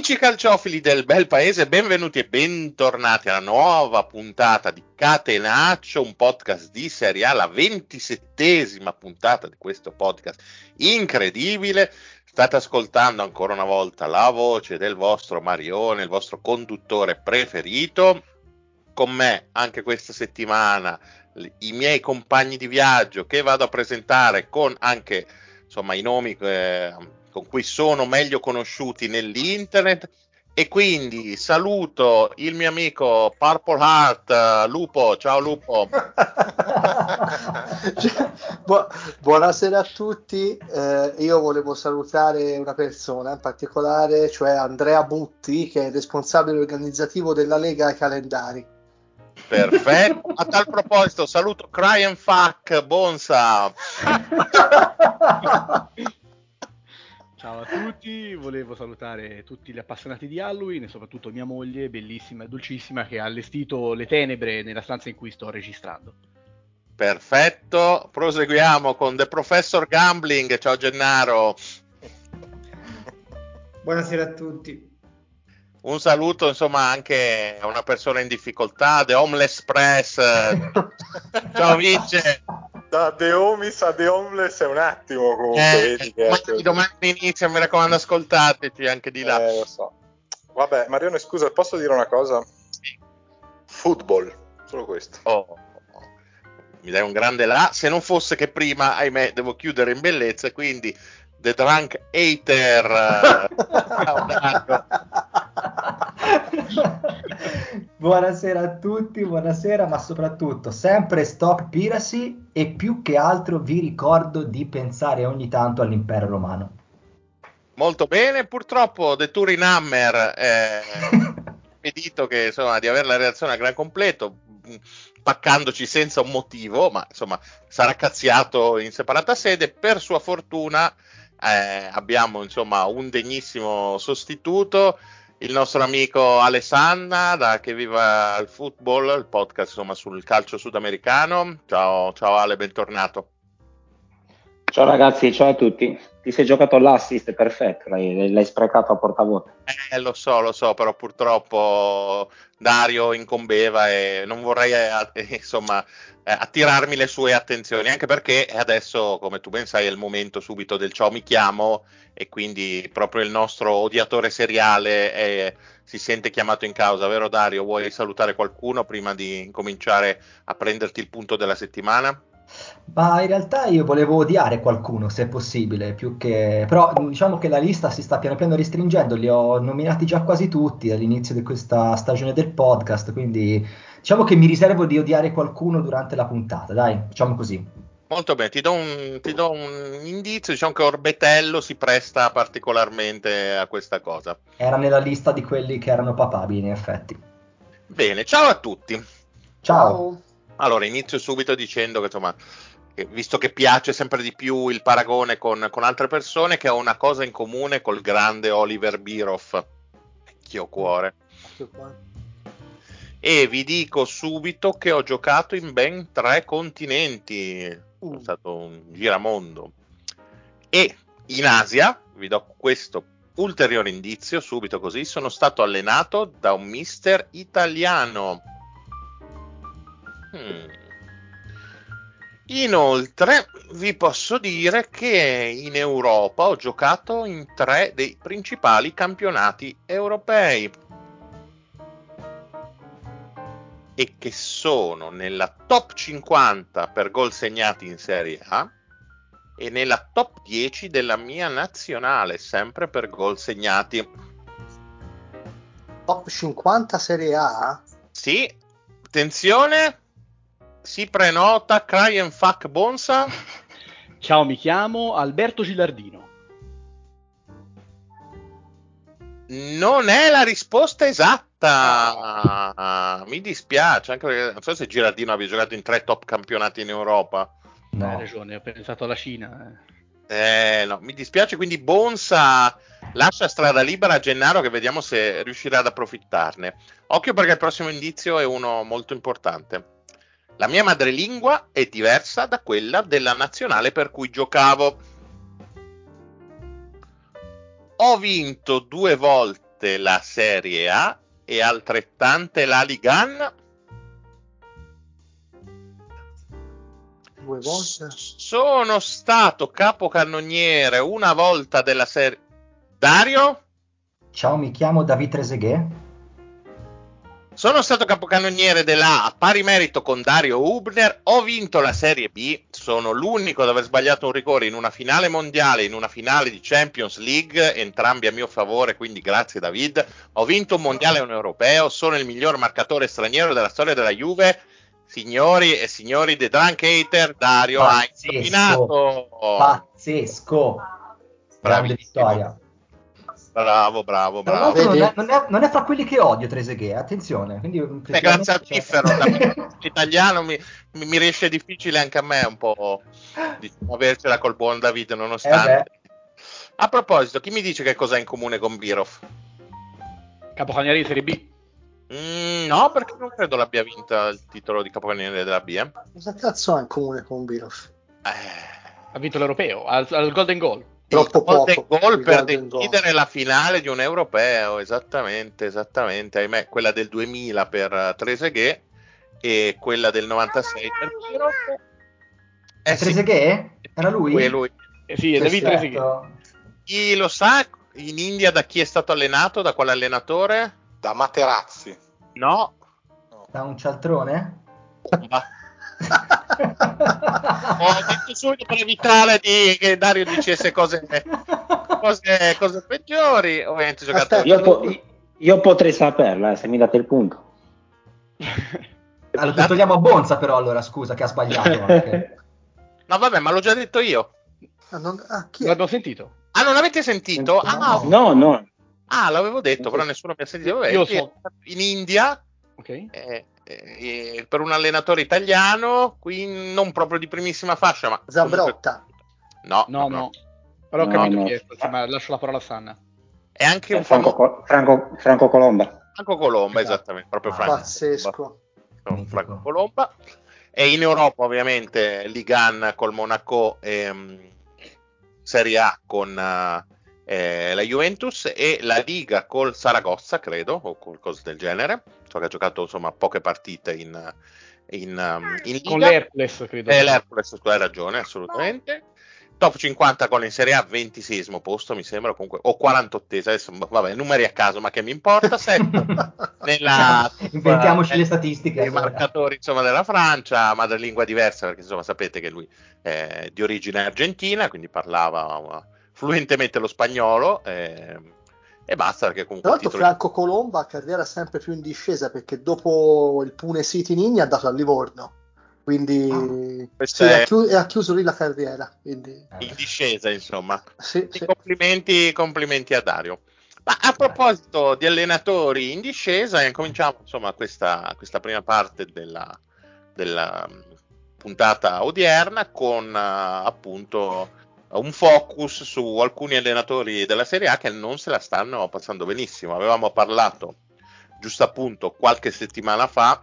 Amici calciofili del bel paese, benvenuti e bentornati alla nuova puntata di Catenaccio, un podcast di Serie A, la 27ª puntata di questo podcast incredibile. State ascoltando ancora una volta la voce del vostro Marione, il vostro conduttore preferito. Con me anche questa settimana i miei compagni di viaggio che vado a presentare con anche insomma i nomi con cui sono meglio conosciuti nell'internet, e quindi saluto il mio amico Purple Heart, Lupo. Ciao Lupo. Buonasera a tutti. Io volevo salutare una persona in particolare, cioè Andrea Butti, che è il responsabile organizzativo della Lega ai calendari. Perfetto. A tal proposito saluto Cry and Fuck Bonsa. Ciao a tutti, volevo salutare tutti gli appassionati di Halloween e soprattutto mia moglie, bellissima e dolcissima, che ha allestito le tenebre nella stanza in cui sto registrando. Perfetto, proseguiamo con The Professor Gambling. Ciao Gennaro. Buonasera a tutti. Un saluto insomma anche a una persona in difficoltà, The Homeless Press. Ciao Vince. Da The Homies a The Homeless è un attimo comunque. Vedi che domani inizia, mi raccomando, ascoltateci anche di là. Lo so. Vabbè, Marione, scusa, posso dire una cosa? Sì. Football, solo questo. Oh, mi dai un grande là, se non fosse che prima, ahimè, devo chiudere in bellezza, quindi The Drunk Hater. Buonasera a tutti, buonasera, ma soprattutto sempre stop piracy, e più che altro vi ricordo di pensare ogni tanto all'impero romano. Molto bene, purtroppo The Turin Hammer impedito che insomma di avere la reazione a gran completo, paccandoci senza un motivo, ma insomma sarà cazziato in separata sede. Per sua fortuna abbiamo insomma un degnissimo sostituto, il nostro amico Alessandra da Che Viva il Football, il podcast insomma sul calcio sudamericano. Ciao Ale, bentornato. Ciao ragazzi, ciao a tutti. Ti sei giocato l'assist, perfetto, l'hai sprecato a portavoce. Lo so, però purtroppo Dario incombeva e non vorrei attirarmi le sue attenzioni, anche perché adesso, come tu ben sai, è il momento subito del ciao mi chiamo, e quindi proprio il nostro odiatore seriale si sente chiamato in causa, vero Dario? Vuoi salutare qualcuno prima di incominciare a prenderti il punto della settimana? Ma in realtà io volevo odiare qualcuno, se è possibile, più che... Però diciamo che la lista si sta piano piano restringendo, li ho nominati già quasi tutti all'inizio di questa stagione del podcast, quindi diciamo che mi riservo di odiare qualcuno durante la puntata, dai, facciamo così. Molto bene, ti do un indizio, diciamo che Orbetello si presta particolarmente a questa cosa. Era nella lista di quelli che erano papabili, in effetti. Bene, ciao a tutti. Ciao. Allora, inizio subito dicendo che, insomma, visto che piace sempre di più il paragone con altre persone, che ho una cosa in comune col grande Oliver Bierhoff, vecchio cuore. E vi dico subito che ho giocato in ben 3 continenti, è stato un giramondo. E in Asia, vi do questo ulteriore indizio subito così, sono stato allenato da un mister italiano. Inoltre vi posso dire che in Europa ho giocato in 3 dei principali campionati europei e che sono nella top 50 per gol segnati in Serie A e nella top 10 della mia nazionale, sempre per gol segnati. Top 50 Serie A? Sì, attenzione, si prenota Cry and Fuck Bonsa. Ciao, mi chiamo Alberto Gilardino. Non è la risposta esatta. Mi dispiace, anche perché non so se Girardino abbia giocato in 3 top campionati in Europa. No. Hai ragione, ho pensato alla Cina. No, mi dispiace, quindi Bonsa lascia strada libera a Gennaro, che vediamo se riuscirà ad approfittarne. Occhio, perché il prossimo indizio è uno molto importante. La mia madrelingua è diversa da quella della nazionale per cui giocavo. Ho vinto 2 volte volte la Serie A e altrettante la Ligue 1? 2 volte. Sono stato capocannoniere una volta della Serie. Dario? Ciao, mi chiamo David Trezeguet. Sono stato capocannoniere della A a pari merito con Dario Hubner, ho vinto la Serie B, sono l'unico ad aver sbagliato un rigore in una finale mondiale, in una finale di Champions League, entrambi a mio favore, quindi grazie David. Ho vinto un mondiale e un europeo, sono il miglior marcatore straniero della storia della Juve. Signori e signori dei Drunk Hater, Dario ha indovinato. Pazzesco. Grande vittoria. Bravo. Tra l'altro non è fra quelli che odio Trezeguet, attenzione. Quindi, È grazie al piffero, l'italiano mi riesce difficile anche a me un po' di avercela col buon David nonostante. A proposito, chi mi dice che cosa ha in comune con Birov? Capocannoniere di Serie B. No, perché non credo l'abbia vinta il titolo di capocannoniere della B. Cosa cazzo ha in comune con Birov? Ha vinto l'europeo, al Golden Goal. Troppo Golden poco. Goal per Golden decidere Goal. la finale di un europeo, esattamente, ahimè, quella del 2000 per Trezeguet e quella del 96 per Birov. Trezeguet? Era lui? Lui. Sì, è David Trezeguet. Chi lo sa in India da chi è stato allenato, da quale allenatore? Da Materazzi. No. Da un cialtrone? Ho detto subito per evitare che Dario dicesse cose peggiori. Ovviamente giocatori. Io potrei saperla, se mi date il punto. Allora, togliamo a Bonza però, allora, scusa, che ha sbagliato anche. No, vabbè, ma l'ho già detto io. Chi è? L'abbiamo sentito. Non avete sentito? No. L'avevo detto, però nessuno mi ha sentito. Vabbè, Io so. In India, per un allenatore italiano, qui non proprio di primissima fascia, ma Zambrotta. No. Però ho capito chi è, ma lascio la parola a Sanna. È anche un Franco Colomba. Franco Colomba, esattamente, proprio Franco. Pazzesco. Franco Colomba. E in Europa, ovviamente, Ligue 1 col Monaco, Serie A con la Juventus e la Liga col Saragozza, credo, o qualcosa del genere. So che ha giocato insomma poche partite in Liga. Con l'Hercules, credo. L'Hercules, tu hai ragione, assolutamente. Top 50 gol in Serie A, 26esimo posto, mi sembra, comunque, o 48esimo, adesso, vabbè, numeri a caso, ma che mi importa, 7 inventiamoci le statistiche. I marcatori, insomma, della Francia, madrelingua diversa, perché, insomma, sapete che lui è di origine argentina, quindi parlava fluentemente lo spagnolo, e basta, perché comunque... Tra l'altro Franco Colomba, carriera sempre più in discesa, perché dopo il Pune City Nigni è andato a Livorno. Quindi ha chiuso lì la carriera. Quindi... in discesa, insomma. Sì. Complimenti a Dario. Ma a proposito di allenatori in discesa, cominciamo insomma questa prima parte della puntata odierna con appunto un focus su alcuni allenatori della Serie A che non se la stanno passando benissimo. Avevamo parlato giusto appunto qualche settimana fa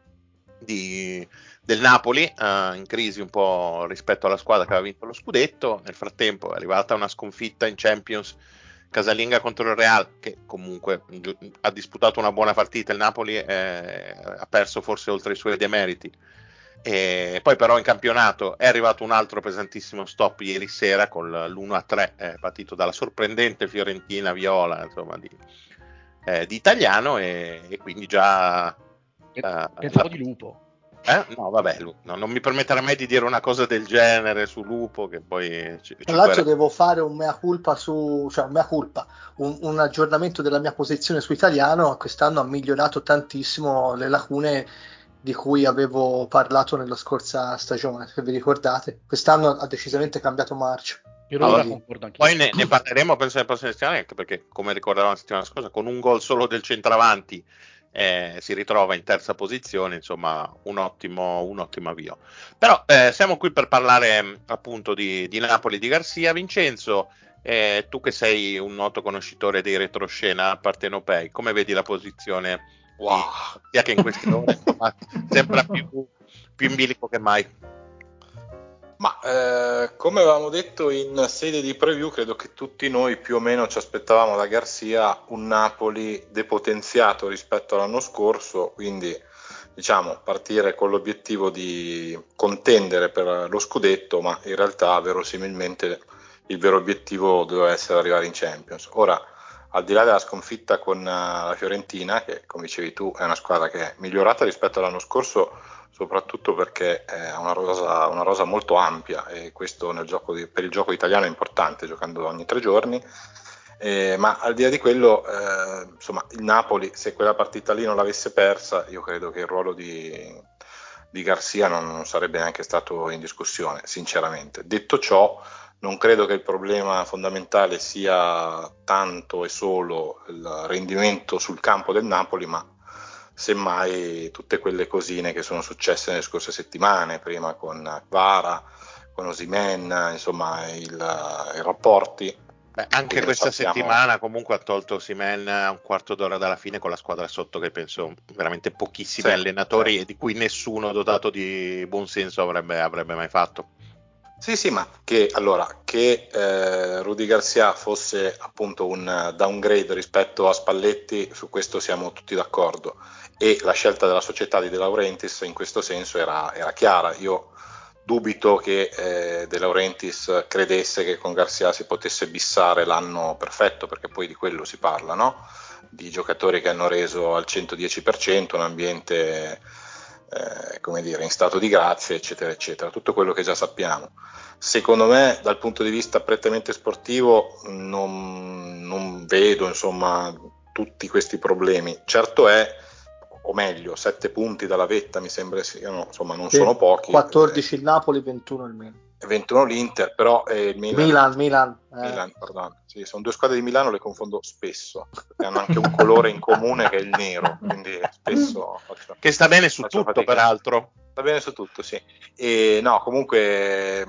del Napoli, in crisi un po' rispetto alla squadra che aveva vinto lo scudetto. Nel frattempo è arrivata una sconfitta in Champions casalinga contro il Real, che comunque ha disputato una buona partita. Il Napoli ha perso forse oltre i suoi demeriti, e poi però in campionato è arrivato un altro pesantissimo stop ieri sera con l'1-3 partito dalla sorprendente Fiorentina viola, insomma, di italiano, e quindi già pensavo di Lupo. No, vabbè, non mi permetterei mai di dire una cosa del genere su Lupo, che poi tra l'altro devo fare un mea culpa un aggiornamento della mia posizione su italiano. Quest'anno ha migliorato tantissimo le lacune di cui avevo parlato nella scorsa stagione, se vi ricordate. Quest'anno ha decisamente cambiato marcia. Poi ne parleremo penso nelle prossime settimane, anche perché, come ricordavamo la settimana scorsa, con un gol solo del centravanti si ritrova in terza posizione, insomma un ottimo avvio. Però siamo qui per parlare appunto di Napoli, di Garcia. Vincenzo, tu che sei un noto conoscitore dei retroscena partenopei, come vedi la posizione sia che in queste ore sembra più in bilico che mai? Come avevamo detto in sede di preview, credo che tutti noi più o meno ci aspettavamo da Garcia un Napoli depotenziato rispetto all'anno scorso, quindi diciamo partire con l'obiettivo di contendere per lo scudetto, ma in realtà verosimilmente il vero obiettivo doveva essere arrivare in Champions. Ora, al di là della sconfitta con la Fiorentina, che come dicevi tu è una squadra che è migliorata rispetto all'anno scorso, soprattutto perché ha una rosa molto ampia, e questo per il gioco italiano è importante, giocando ogni 3 giorni. Ma al di là di quello, insomma, il Napoli, se quella partita lì non l'avesse persa, io credo che il ruolo di Garcia non sarebbe neanche stato in discussione, sinceramente. Detto ciò, non credo che il problema fondamentale sia tanto e solo il rendimento sul campo del Napoli, ma semmai tutte quelle cosine che sono successe nelle scorse settimane, prima con Kvara, con Osimhen, insomma i rapporti. Anche questa settimana comunque ha tolto Osimhen a un quarto d'ora dalla fine con la squadra sotto, che penso veramente pochissimi allenatori e di cui nessuno dotato di buon senso avrebbe mai fatto. Sì, ma che Rudy Garcia fosse appunto un downgrade rispetto a Spalletti, su questo siamo tutti d'accordo, e la scelta della società di De Laurentiis in questo senso era chiara. Io dubito che De Laurentiis credesse che con Garcia si potesse bissare l'anno perfetto, perché poi di quello si parla, no? Di giocatori che hanno reso al 110% un ambiente in stato di grazia, eccetera eccetera, tutto quello che già sappiamo. Secondo me, dal punto di vista prettamente sportivo, non vedo insomma tutti questi problemi. Certo è, o meglio, 7 punti dalla vetta mi sembra siano, insomma, non sono pochi. 14 il Napoli, 21 il Milan. 21 l'Inter, però il Milan. Pardon. Sì, sono 2 squadre di Milano, le confondo spesso, perché hanno anche un colore in comune che è il nero, quindi spesso che sta bene su tutto fatica. Peraltro sta bene su tutto, sì. E no, comunque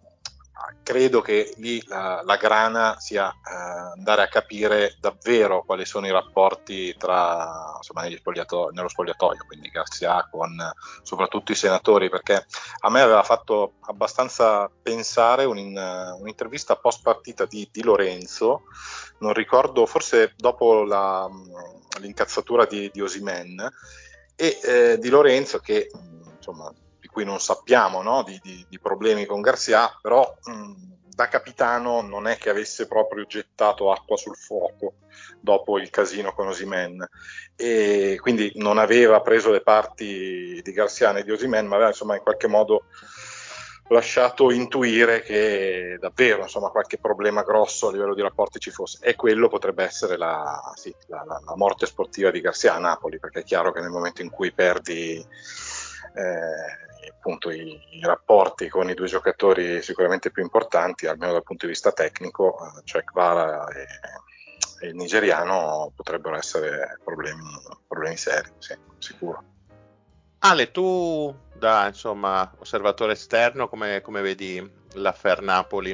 credo che lì la grana sia andare a capire davvero quali sono i rapporti tra, insomma, nello spogliatoio, quindi Garcia con soprattutto i senatori, perché a me aveva fatto abbastanza pensare un'intervista post partita di Lorenzo, non ricordo, forse dopo l'incazzatura di Osimhen, e di Lorenzo che insomma di cui non sappiamo, no? di problemi con Garcia, però da capitano non è che avesse proprio gettato acqua sul fuoco dopo il casino con Osimhen, e quindi non aveva preso le parti di Garcia né di Osimhen, ma aveva insomma in qualche modo lasciato intuire che davvero insomma qualche problema grosso a livello di rapporti ci fosse, e quello potrebbe essere la morte sportiva di Garcia a Napoli, perché è chiaro che nel momento in cui perdi appunto i rapporti con i 2 giocatori sicuramente più importanti, almeno dal punto di vista tecnico, cioè Kvara e il nigeriano, potrebbero essere problemi seri, sì, sicuro. Ale, tu da insomma osservatore esterno come vedi l'affair Napoli?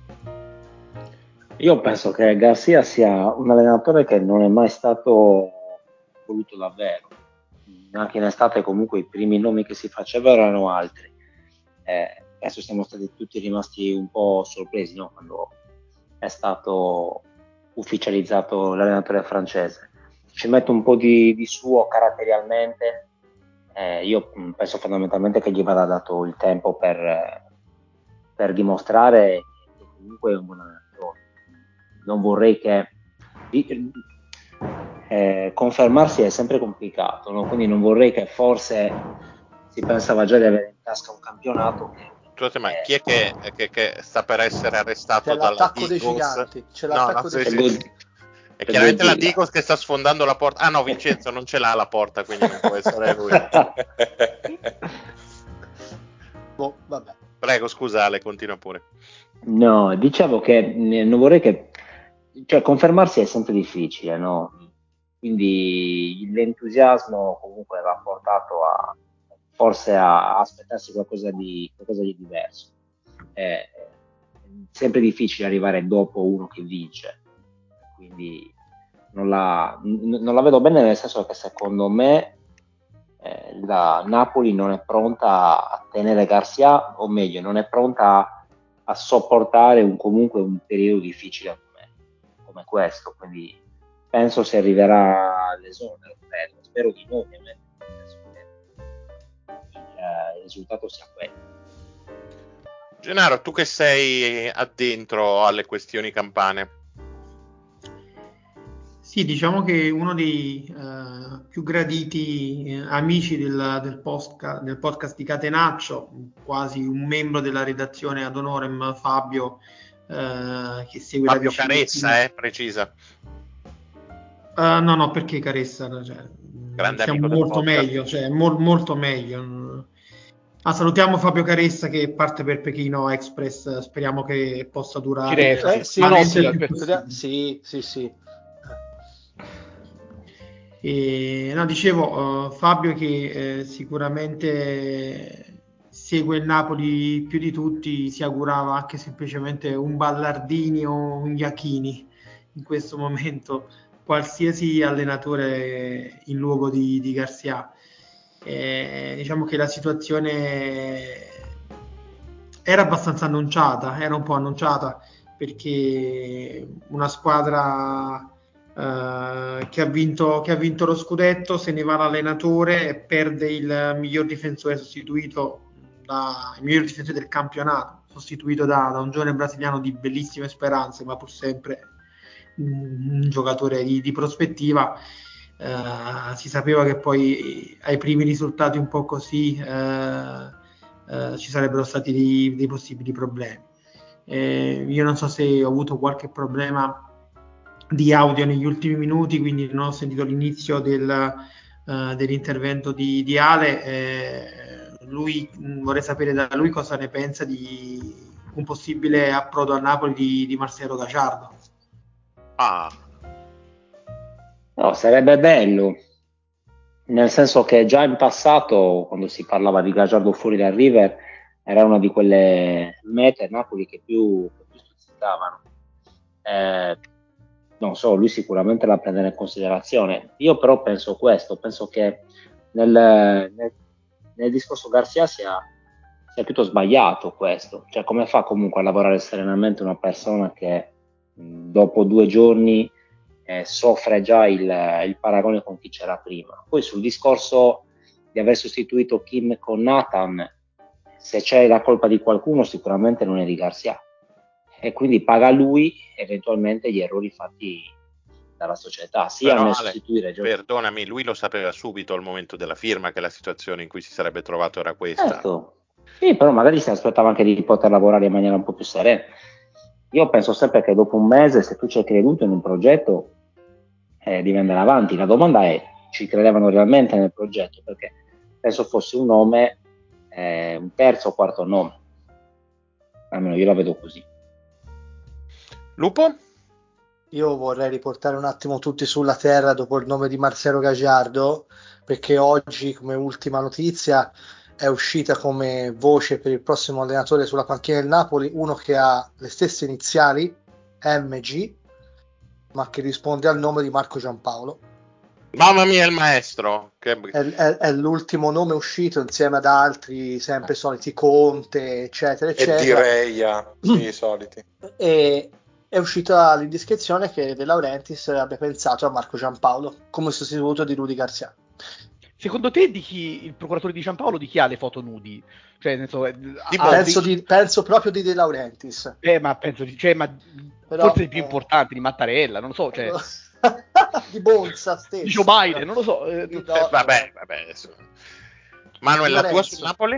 Io penso che Garcia sia un allenatore che non è mai stato voluto davvero. Anche in estate comunque i primi nomi che si facevano erano altri. Adesso siamo stati tutti rimasti un po' sorpresi, no? Quando è stato ufficializzato l'allenatore francese. Ci mette un po' di suo caratterialmente. Io penso fondamentalmente che gli vada dato il tempo per dimostrare che comunque è un buon allenatore. Non vorrei che confermarsi è sempre complicato, no? Quindi non vorrei che forse si pensava già di avere in tasca un campionato Scusate, ma chi è che sta per essere arrestato c'è dalla l'attacco Digos? dei giganti, c'è l'attacco dei giganti. È chiaramente la Digos che sta sfondando la porta. Ah no, Vincenzo non ce l'ha la porta, quindi non può essere lui. Vabbè. Prego, scusa Ale, continua pure. No, dicevo che non vorrei che, cioè, confermarsi è sempre difficile, no? Quindi l'entusiasmo comunque va portato forse a aspettarsi qualcosa di diverso. È sempre difficile arrivare dopo uno che vince, quindi non la vedo bene, nel senso che secondo me la Napoli non è pronta a tenere Garcia, o meglio, non è pronta a sopportare comunque un periodo difficile come questo, quindi penso si arriverà all'esonero, spero di no, ovviamente, penso che il risultato sia quello. Gennaro, tu che sei addentro alle questioni campane. Sì, diciamo che uno dei più graditi amici del podcast di Catenaccio, quasi un membro della redazione ad honorem, Fabio, che segue Fabio da vicino. Caressa, precisa. No, perché Caressa? Cioè, Grande siamo amico del molto podcast. meglio, cioè, molto meglio. Salutiamo Fabio Caressa che parte per Pechino Express, speriamo che possa durare. Sì, sì. No, dicevo, Fabio che sicuramente segue il Napoli più di tutti, si augurava anche semplicemente un Ballardini o un Iachini in questo momento, qualsiasi allenatore in luogo di Garcia. Diciamo che la situazione era abbastanza annunciata, era un po' annunciata, perché una squadra che ha vinto lo scudetto, se ne va l'allenatore e perde il miglior difensore il miglior difensore del campionato, sostituito da un giovane brasiliano di bellissime speranze, ma pur sempre un giocatore di prospettiva. Si sapeva che poi ai primi risultati un po' così ci sarebbero stati dei possibili problemi. Io non so se ho avuto qualche problema di audio negli ultimi minuti, quindi non ho sentito l'inizio dell'intervento di Ale. Vorrei sapere da lui cosa ne pensa di un possibile approdo a Napoli di Marcelo Gallardo. No, sarebbe bello, nel senso che già in passato, quando si parlava di Gallardo fuori dal River, era una di quelle mete Napoli che più stuzzicavano. Non so, lui sicuramente la prende in considerazione. Io però penso che nel discorso Garcia sia piuttosto sbagliato questo. Cioè, come fa comunque a lavorare serenamente una persona che dopo 2 giorni soffre già il paragone con chi c'era prima? Poi sul discorso di aver sostituito Kim con Nathan, se c'è la colpa di qualcuno sicuramente non è di Garcia, e quindi paga lui eventualmente gli errori fatti dalla società, sia nel sostituire perdonami, lui lo sapeva subito al momento della firma che la situazione in cui si sarebbe trovato era questa. Certo. Sì, però magari si aspettava anche di poter lavorare in maniera un po' più serena. Io penso sempre che dopo un mese, se tu ci hai creduto in un progetto, devi andare avanti. La domanda è: ci credevano realmente nel progetto? Perché penso fosse un nome, un terzo o quarto nome, almeno io la vedo così. Lupo? Io vorrei riportare un attimo tutti sulla terra dopo il nome di Marcelo Gallardo, perché oggi, come ultima notizia, è uscita come voce per il prossimo allenatore sulla panchina del Napoli uno che ha le stesse iniziali, MG, ma che risponde al nome di Marco Giampaolo. Mamma mia, il maestro! È l'ultimo nome uscito insieme ad altri, sempre soliti, Conte, eccetera, eccetera. E direi, sì, soliti. E è uscita l'indiscrezione che De Laurentiis abbia pensato a Marco Giampaolo come sostituto di Rudy Garcia. Secondo te il procuratore di Giampaolo di chi ha le foto nudi? Cioè, nel senso, penso proprio di De Laurentiis. Ma penso però, forse più importante di Mattarella, non lo so, cioè di Bonza stesso. Di Joe Biden, non lo so. Vabbè. Manuel, la tua sul Napoli?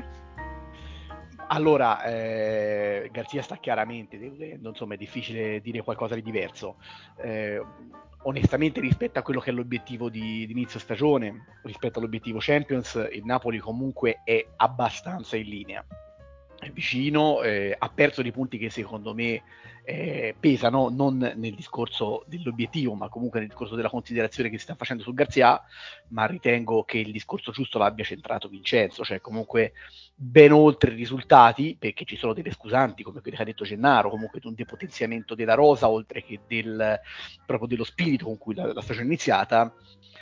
Allora, Garzia sta chiaramente deludendo, insomma è difficile dire qualcosa di diverso. Onestamente rispetto a quello che è l'obiettivo di inizio stagione, rispetto all'obiettivo Champions, il Napoli comunque è abbastanza in linea. È vicino, ha perso dei punti che secondo me pesano, non nel discorso dell'obiettivo, ma comunque nel discorso della considerazione che si sta facendo su Garcia, ma ritengo che il discorso giusto l'abbia centrato Vincenzo, cioè comunque ben oltre i risultati, perché ci sono delle scusanti, come quelli che ha detto Gennaro, comunque di un depotenziamento della rosa, oltre che proprio dello spirito con cui la stagione è iniziata.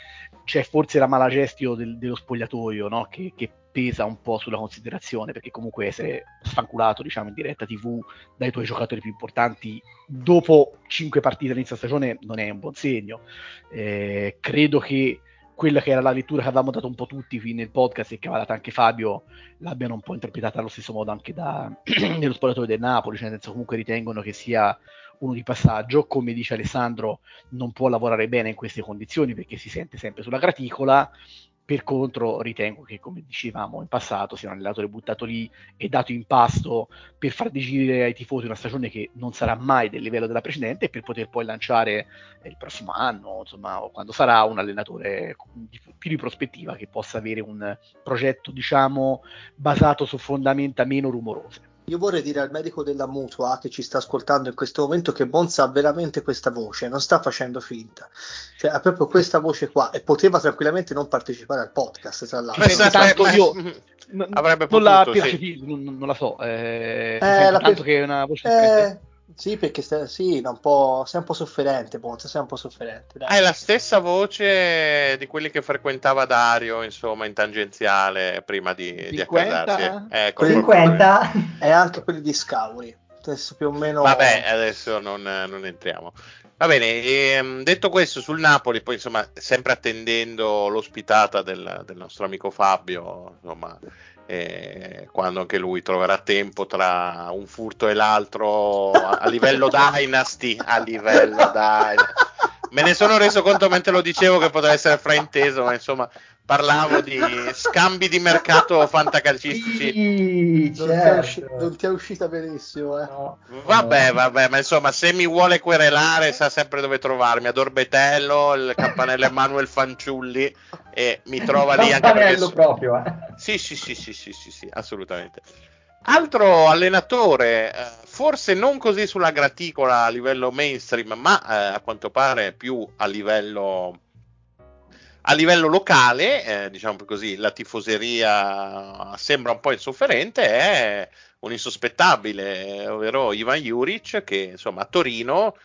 c'è forse la mala gestio dello spogliatoio, no? che pesa un po' sulla considerazione, perché comunque essere sfanculato, diciamo, in diretta TV dai tuoi giocatori più importanti dopo 5 partite all'inizio stagione non è un buon segno. Credo che quella che era la lettura che avevamo dato un po' tutti qui nel podcast e che aveva dato anche Fabio l'abbiano un po' interpretata allo stesso modo anche nello spogliatoio del Napoli, cioè nel senso, comunque ritengono che sia uno di passaggio. Come dice Alessandro, non può lavorare bene in queste condizioni perché si sente sempre sulla graticola. Per contro ritengo che, come dicevamo in passato, sia un allenatore buttato lì e dato in pasto per far digerire ai tifosi una stagione che non sarà mai del livello della precedente, per poter poi lanciare il prossimo anno, insomma, o quando sarà, un allenatore più di prospettiva, che possa avere un progetto, diciamo, basato su fondamenta meno rumorose. Io vorrei dire al medico della Mutua che ci sta ascoltando in questo momento che Bonza ha veramente questa voce, non sta facendo finta, cioè ha proprio questa voce qua e poteva tranquillamente non partecipare al podcast, tra l'altro. Tanto io avrebbe non la potuto, piace, sì. non la so, tanto che è una voce differente. Sì, perché sei un po' sofferente, Bonza, sei un po' sofferente. Dai. È la stessa voce di quelli che frequentava Dario, insomma, in tangenziale prima di accasarsi. 50 e anche quelli di Scauri. Adesso più o meno. Vabbè, adesso non entriamo. Va bene, detto questo sul Napoli, poi insomma, sempre attendendo l'ospitata del nostro amico Fabio, insomma, quando anche lui troverà tempo tra un furto e l'altro a livello Dynasty, Me ne sono reso conto mentre lo dicevo che poteva essere frainteso, ma insomma parlavo di scambi di mercato fantacalcistici. Sì, certo. Non ti è uscita benissimo, eh? No, Vabbè, no. ma insomma, se mi vuole querelare sa sempre dove trovarmi, ad Orbetello, il campanello Emanuel Fanciulli, e mi trova lì anche perché proprio, Sì, assolutamente. Altro allenatore, forse non così sulla graticola a livello mainstream, ma a quanto pare più a livello locale, diciamo così, la tifoseria sembra un po' insofferente, è un insospettabile, ovvero Ivan Juric, che insomma a Torino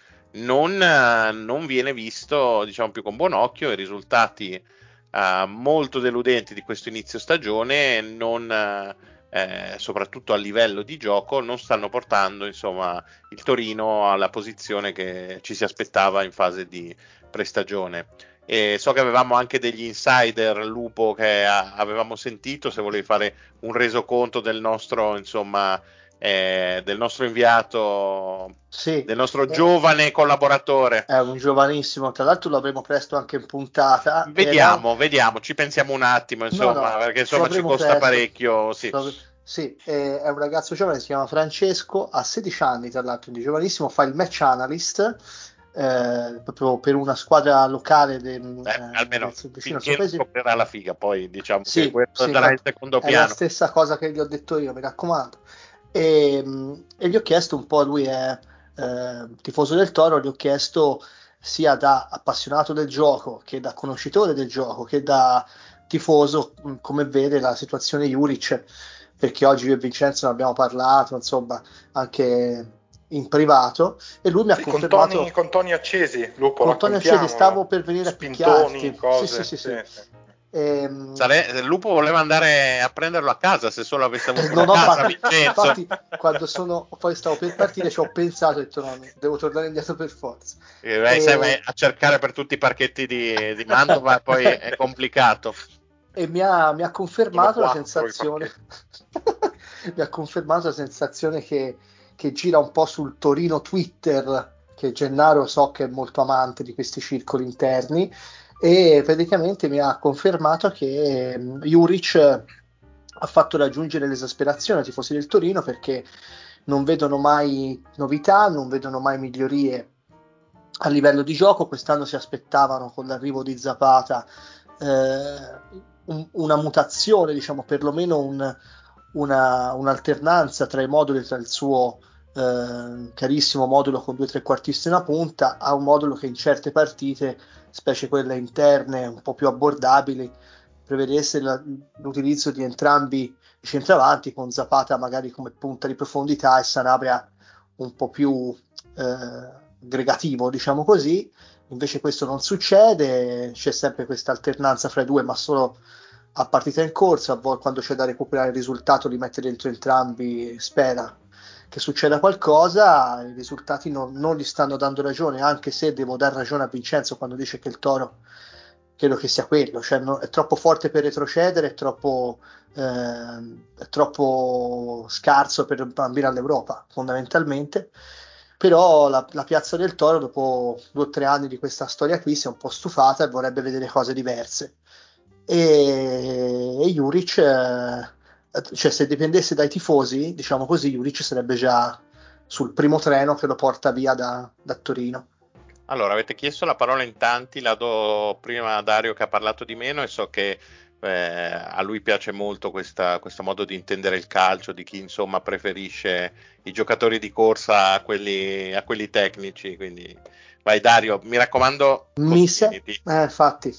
non viene visto, diciamo, più con buon occhio. I risultati molto deludenti di questo inizio stagione, soprattutto a livello di gioco, non stanno portando, insomma, il Torino alla posizione che ci si aspettava in fase di prestagione. E so che avevamo anche degli insider, Lupo, che avevamo sentito. Se volevi fare un resoconto del nostro, insomma, del nostro inviato, sì, del nostro giovane collaboratore. È un giovanissimo, tra l'altro lo avremo presto anche in puntata. Vediamo, ci pensiamo un attimo, insomma, perché insomma ci costa parecchio. Sì. Sì, è un ragazzo giovane, si chiama Francesco, ha 16 anni, tra l'altro, di giovanissimo, fa il match analyst. Proprio per una squadra locale almeno vicino al suo finché paese. scoprirà la figa, poi diciamo Sì, che questo sarà il secondo piano. È la stessa cosa che gli ho detto io, mi raccomando. E gli ho chiesto un po', lui è tifoso del Toro, gli ho chiesto sia da appassionato del gioco che da conoscitore del gioco che da tifoso come vede la situazione Juric, perché oggi io e Vincenzo ne abbiamo parlato, insomma, anche in privato, e lui mi ha confermato con toni accesi, Lupo, con toni accesi, stavo per venire a picchiarti. Cose. Sì. Il Lupo voleva andare a prenderlo a casa, se solo avesse avuto non una ho casa, fatto, Vincenzo. Infatti, poi stavo per partire, ci ho pensato, ho detto no, devo tornare indietro per forza. Vai a cercare per tutti i parchetti di Mantova, poi è complicato. E mi ha confermato la sensazione mi ha confermato la sensazione che gira un po' sul Torino Twitter, che Gennaro so che è molto amante di questi circoli interni, e praticamente mi ha confermato che Juric ha fatto raggiungere l'esasperazione ai tifosi del Torino, perché non vedono mai novità, non vedono mai migliorie a livello di gioco. Quest'anno si aspettavano, con l'arrivo di Zapata, una mutazione, diciamo, perlomeno un'alternanza tra i moduli, tra il suo carissimo modulo con 2 trequartisti in una punta a un modulo che in certe partite, specie quelle interne un po' più abbordabili, prevedesse l'utilizzo di entrambi i centravanti, con Zapata magari come punta di profondità e Sanabria un po' più aggregativo, diciamo così. Invece questo non succede, c'è sempre questa alternanza fra i due, ma solo a partita in corsa. A volte, quando c'è da recuperare il risultato, li mette dentro entrambi, spera che succeda qualcosa. I risultati non gli stanno dando ragione, anche se devo dar ragione a Vincenzo quando dice che il Toro credo che sia quello, cioè è troppo forte per retrocedere, è troppo scarso per ambire all'Europa, fondamentalmente. Però la piazza del Toro, dopo 2 o 3 anni di questa storia qui, si è un po' stufata e vorrebbe vedere cose diverse. E Juric, cioè, se dipendesse dai tifosi, diciamo così, Juric sarebbe già sul primo treno che lo porta via da Torino. Allora, avete chiesto la parola in tanti, la do prima a Dario che ha parlato di meno, e so che a lui piace molto questo modo di intendere il calcio, di chi insomma preferisce i giocatori di corsa a quelli tecnici. Quindi vai Dario, mi raccomando, costiniti. Infatti.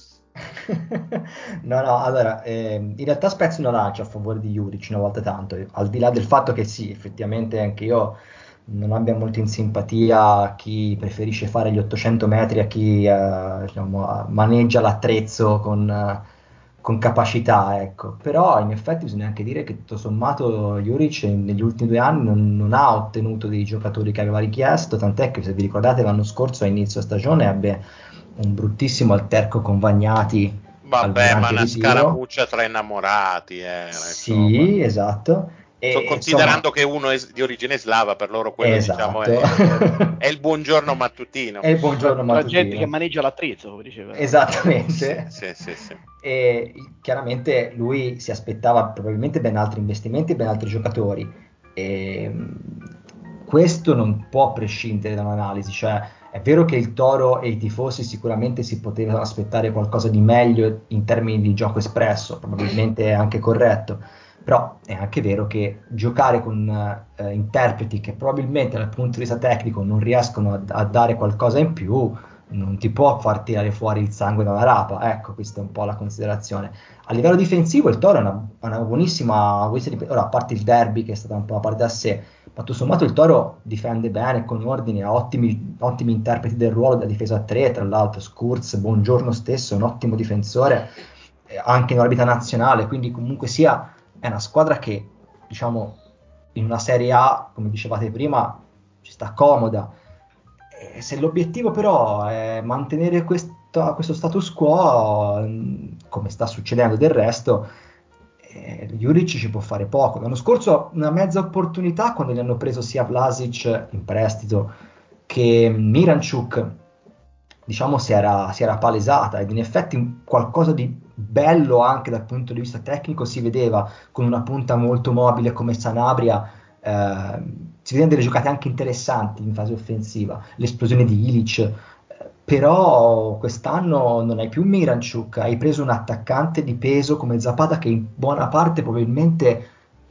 No, allora, in realtà spezzo una lancia a favore di Juric una volta tanto, al di là del fatto che sì, effettivamente anche io non abbia molto in simpatia a chi preferisce fare gli 800 metri, a chi diciamo, maneggia l'attrezzo con capacità, ecco. Però in effetti bisogna anche dire che tutto sommato Juric negli ultimi 2 anni non ha ottenuto dei giocatori che aveva richiesto, tant'è che se vi ricordate l'anno scorso a inizio stagione ebbe un bruttissimo alterco con Vagnati al Vabbè, ma volante una ritiro. scaramuccia tra innamorati era, insomma. Sì, esatto. E, Considerando insomma, che uno è di origine slava, per loro quello diciamo esatto. è il buongiorno mattutino. È il buongiorno Tra gente che mattutino. maneggia l'attrezzo, come diceva. Esattamente. Sì. E chiaramente lui si aspettava probabilmente ben altri investimenti, ben altri giocatori. E questo non può prescindere da un'analisi, cioè è vero che il Toro e i tifosi sicuramente si potevano aspettare qualcosa di meglio in termini di gioco espresso, probabilmente è anche corretto, però è anche vero che giocare con interpreti che probabilmente dal punto di vista tecnico non riescono a dare qualcosa in più non ti può far tirare fuori il sangue da una rapa, ecco, questa è un po' la considerazione. A livello difensivo il Toro è una buonissima, ora a parte il derby che è stata un po' una parte a sé, ma tutto sommato il Toro difende bene, con ordine, ha ottimi interpreti del ruolo della difesa a 3, tra l'altro Skurz, Buongiorno stesso, un ottimo difensore, anche in orbita nazionale, quindi comunque sia è una squadra che, diciamo, in una Serie A, come dicevate prima, ci sta comoda. Se l'obiettivo però è mantenere questo status quo, come sta succedendo del resto, Juric ci può fare poco. L'anno scorso una mezza opportunità quando gli hanno preso sia Vlasic in prestito che Miranchuk, diciamo si era palesata ed in effetti qualcosa di bello anche dal punto di vista tecnico si vedeva con una punta molto mobile come Sanabria. Si vedono delle giocate anche interessanti in fase offensiva, l'esplosione di Ilic, però quest'anno non hai più Miranchuk, hai preso un attaccante di peso come Zapata che in buona parte probabilmente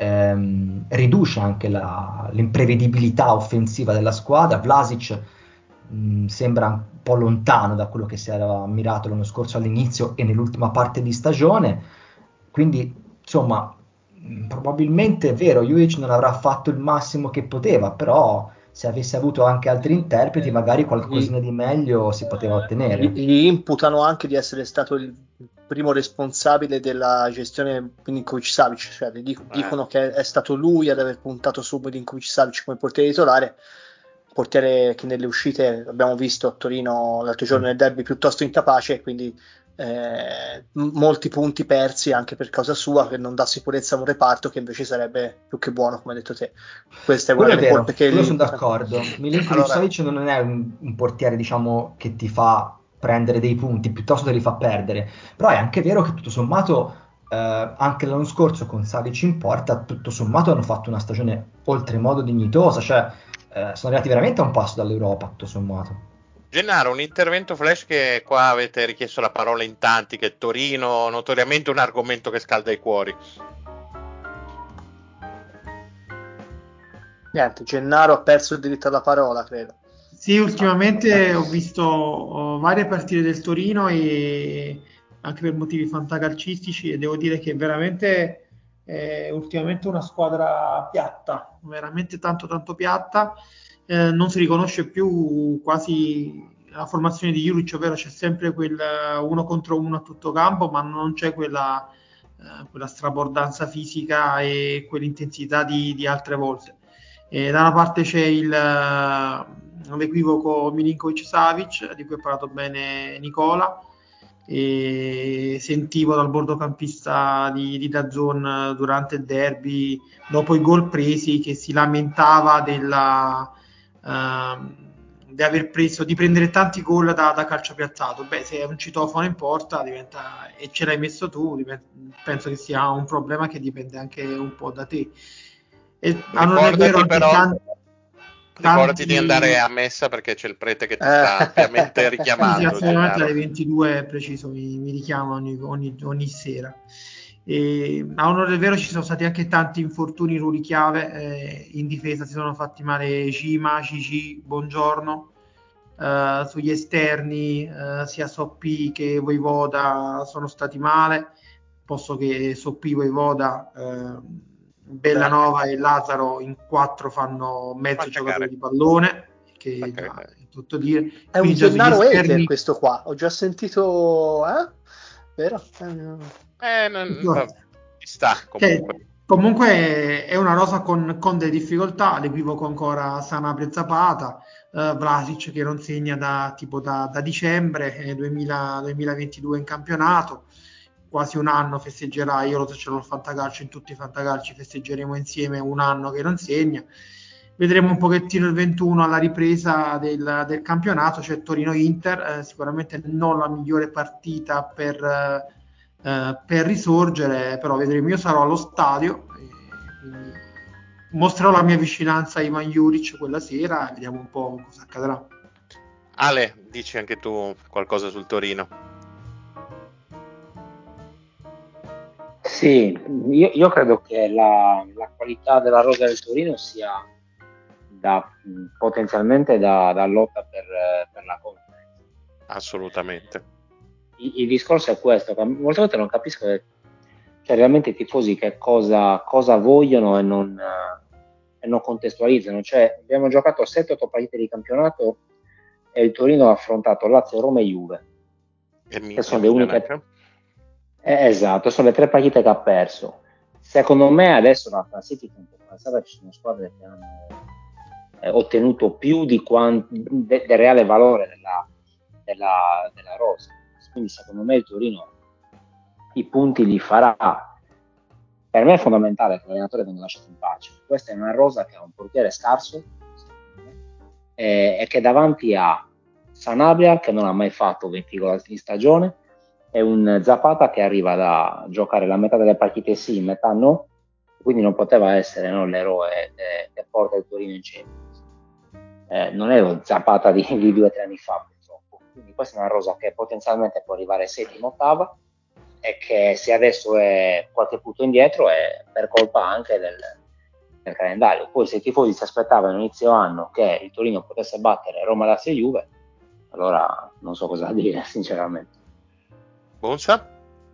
riduce anche l'imprevedibilità offensiva della squadra. Vlasic sembra un po' lontano da quello che si era ammirato l'anno scorso all'inizio e nell'ultima parte di stagione, quindi insomma probabilmente è vero, Juic non avrà fatto il massimo che poteva, però se avesse avuto anche altri interpreti magari qualcosina di meglio si poteva ottenere. Gli imputano anche di essere stato il primo responsabile della gestione Milinkovic-Savic, cioè dicono che è stato lui ad aver puntato su Milinkovic-Savic come portiere titolare, portiere che nelle uscite abbiamo visto a Torino l'altro giorno nel derby piuttosto incapace, quindi molti punti persi anche per causa sua, che non dà sicurezza a un reparto che invece sarebbe più che buono, come hai detto te. Questa è una Quello delle è vero, colpe che quello gli sono imputano. d'accordo. Milinkovic-Savic non è un portiere, diciamo, che ti fa prendere dei punti, piuttosto te li fa perdere. Però è anche vero che tutto sommato, anche l'anno scorso con Savic in porta, tutto sommato hanno fatto una stagione oltremodo dignitosa, cioè sono arrivati veramente a un passo dall'Europa, tutto sommato. Gennaro, un intervento flash, che qua avete richiesto la parola in tanti, che Torino notoriamente un argomento che scalda i cuori. Niente, Gennaro ha perso il diritto alla parola, credo. Sì, ultimamente ho visto varie partite del Torino e anche per motivi fantacalcistici e devo dire che veramente ultimamente una squadra piatta, veramente tanto piatta. non si riconosce più quasi la formazione di Juric, ovvero c'è sempre quel 1 contro 1 a tutto campo, ma non c'è quella strabordanza fisica e quell'intensità di altre volte. Da una parte c'è l'equivoco Milinkovic-Savic, di cui ha parlato bene Nicola, e sentivo dal bordocampista di DAZN durante il derby, dopo i gol presi, che si lamentava di aver preso, di prendere tanti gol da calcio piazzato. Beh, se un citofono in porta diventa, e ce l'hai messo tu, penso che sia un problema che dipende anche un po' da te. E a non è vero, ricordati di andare a messa, perché c'è il prete che ti sta ampiamente richiamando. Sì, assolutamente alle 22 preciso mi richiama ogni sera. A onore del vero ci sono stati anche tanti infortuni ruoli chiave, in difesa si sono fatti male Cima, Cici, Buongiorno, sugli esterni sia Soppi che Voivoda sono stati male, posso che Soppi, Voivoda, Bellanova e Lazzaro in 4 fanno mezzo giocatore di pallone, che è tutto dire. È un Gennaro hater questo qua, ho già sentito, vero? Ci sta comunque. Comunque è una rosa con delle difficoltà, l'equivoco ancora Sanabria Zapata, Vlasic che non segna da dicembre 2022 in campionato, quasi un anno festeggerà, io lo faccio nel fantacalcio, in tutti i fantacalci festeggeremo insieme un anno che non segna. Vedremo un pochettino il 21 alla ripresa del campionato, c'è Torino-Inter, sicuramente non la migliore partita per risorgere, però vedremo. Io sarò allo stadio, quindi mostrerò la mia vicinanza a Ivan Juric quella sera e vediamo un po' cosa accadrà. Ale, dici anche tu qualcosa sul Torino? Sì, io credo che la qualità della rosa del Torino sia potenzialmente da lotta per la conference. Assolutamente. Il discorso è questo, che molte volte non capisco cioè realmente i tifosi che cosa vogliono e non contestualizzano. Cioè, abbiamo giocato 7-8 partite di campionato e il Torino ha affrontato Lazio, Roma e Juve, che sono le uniche. Esatto, sono le 3 partite che ha perso. Secondo me adesso la classifica è un po' passata, ci sono squadre che hanno ottenuto più del reale valore della rosa. Quindi secondo me il Torino i punti li farà. Per me è fondamentale che l'allenatore venga lasciato in pace. Questa è una rosa che ha un portiere scarso e che davanti a Sanabria, che non ha mai fatto 20 gol in stagione, e un Zapata che arriva da giocare la metà delle partite sì, metà no, quindi non poteva essere l'eroe che porta il Torino in Champions. Non è lo Zapata di 2 o 3 anni fa, purtroppo. Quindi questa è una rosa che potenzialmente può arrivare settima, ottava, e che se adesso è qualche punto indietro è per colpa anche del calendario. Poi se i tifosi si aspettavano inizio anno che il Torino potesse battere Roma, Lazio e Juve, allora non so cosa dire sinceramente. Bonsa?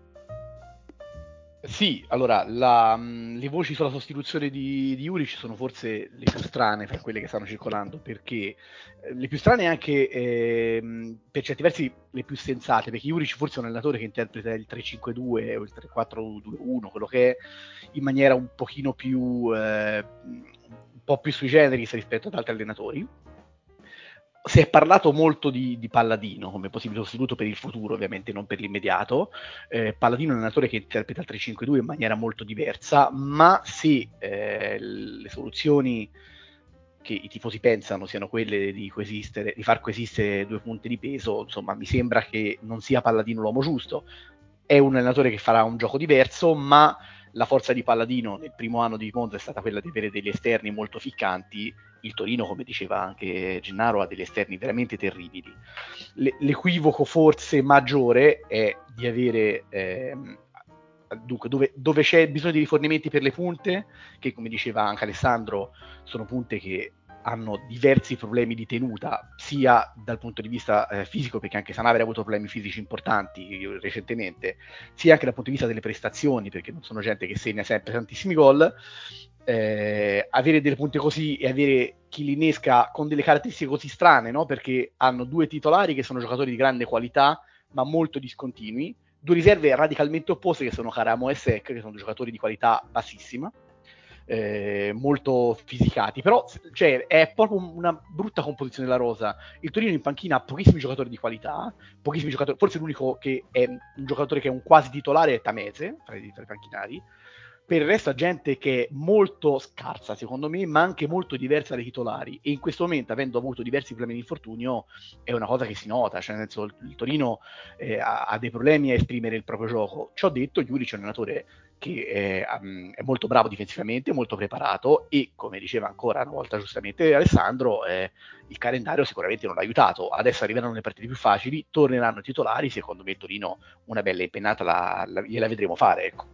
Sì, allora le voci sulla sostituzione di Juric sono forse le più strane fra quelle che stanno circolando, perché le più strane e anche per certi versi le più sensate, perché Juric forse è un allenatore che interpreta il 3-5-2 o il 3-4-2-1, quello che è, in maniera un pochino più un po' più sui generis rispetto ad altri allenatori. Si è parlato molto di Palladino come possibile sostituto per il futuro, ovviamente non per l'immediato. Palladino è un allenatore che interpreta il 3-5-2 in maniera molto diversa, ma se le soluzioni che i tifosi pensano siano quelle di far coesistere 2 punte di peso, insomma, mi sembra che non sia Palladino l'uomo giusto. È un allenatore che farà un gioco diverso, ma la forza di Palladino nel primo anno di Monza è stata quella di avere degli esterni molto ficcanti. Il Torino, come diceva anche Gennaro, ha degli esterni veramente terribili. L'equivoco forse maggiore è di avere dunque dove c'è bisogno di rifornimenti per le punte, che come diceva anche Alessandro sono punte che hanno diversi problemi di tenuta, sia dal punto di vista fisico, perché anche Sanabria ha avuto problemi fisici importanti recentemente, sia anche dal punto di vista delle prestazioni, perché non sono gente che segna sempre tantissimi gol. avere delle punte così e avere chi li innesca con delle caratteristiche così strane, no? Perché hanno due titolari che sono giocatori di grande qualità, ma molto discontinui, due riserve radicalmente opposte che sono Karamo e Sek, che sono giocatori di qualità bassissima, molto fisicati, però cioè, è proprio una brutta composizione della rosa. Il Torino in panchina ha pochissimi giocatori di qualità, pochissimi giocatori, forse l'unico che è un giocatore che è un quasi titolare è Tamese tra i panchinari. Per il resto, gente che è molto scarsa, secondo me, ma anche molto diversa dai titolari. E in questo momento, avendo avuto diversi problemi di infortunio, è una cosa che si nota. Cioè, nel senso, il Torino ha dei problemi a esprimere il proprio gioco. Ciò detto, Juric è un allenatore che è molto bravo difensivamente, molto preparato e, come diceva ancora una volta giustamente Alessandro, il calendario sicuramente non l'ha aiutato. Adesso arriveranno le partite più facili, torneranno i titolari. Secondo me, il Torino una bella impennata gliela vedremo fare. Ecco.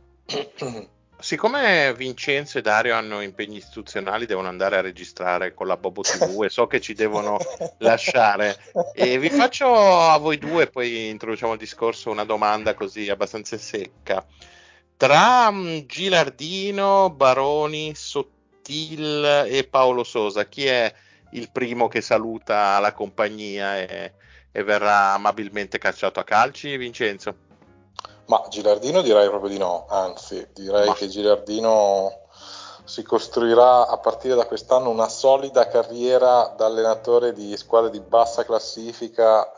Siccome Vincenzo e Dario hanno impegni istituzionali, devono andare a registrare con la Bobo TV e so che ci devono lasciare. E vi faccio a voi due, poi introduciamo il discorso, una domanda così abbastanza secca. Tra Gilardino, Baroni, Sottil e Paolo Sosa, chi è il primo che saluta la compagnia e verrà amabilmente cacciato a calci, Vincenzo? Ma Gilardino direi proprio di no, anzi direi che Gilardino si costruirà a partire da quest'anno una solida carriera da allenatore di squadre di bassa classifica,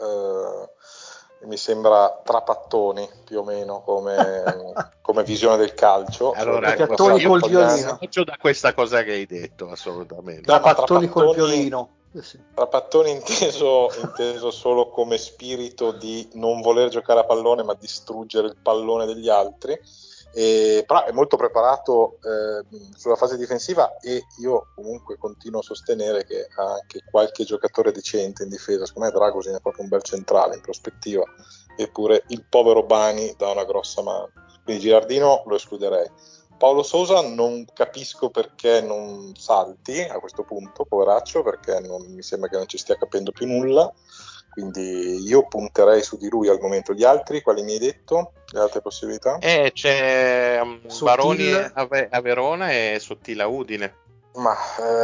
mi sembra Trapattoni più o meno come visione del calcio. Allora, Trapattoni col violino. Faccio da questa cosa che hai detto, assolutamente. Trapattoni col violino. Trapattoni inteso solo come spirito di non voler giocare a pallone ma distruggere il pallone degli altri, però è molto preparato sulla fase difensiva e io comunque continuo a sostenere che ha anche qualche giocatore decente in difesa. Secondo me Dragosin è proprio un bel centrale in prospettiva, eppure il povero Bani dà una grossa mano, quindi Gilardino lo escluderei. Paolo Sosa non capisco perché non salti a questo punto, poveraccio, perché mi sembra che non ci stia capendo più nulla, quindi io punterei su di lui al momento. Gli altri, quali mi hai detto? Le altre possibilità? C'è Baroni a Verona e Sottile a Udine. Ma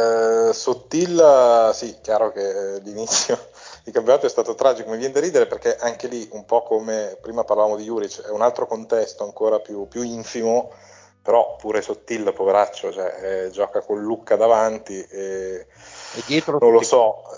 Sottil, sì, chiaro che l'inizio di campionato è stato tragico, mi viene da ridere perché anche lì, un po' come prima parlavamo di Juric, è un altro contesto ancora più infimo, però pure Sottil, poveraccio, cioè, gioca con Lucca davanti e dietro non lo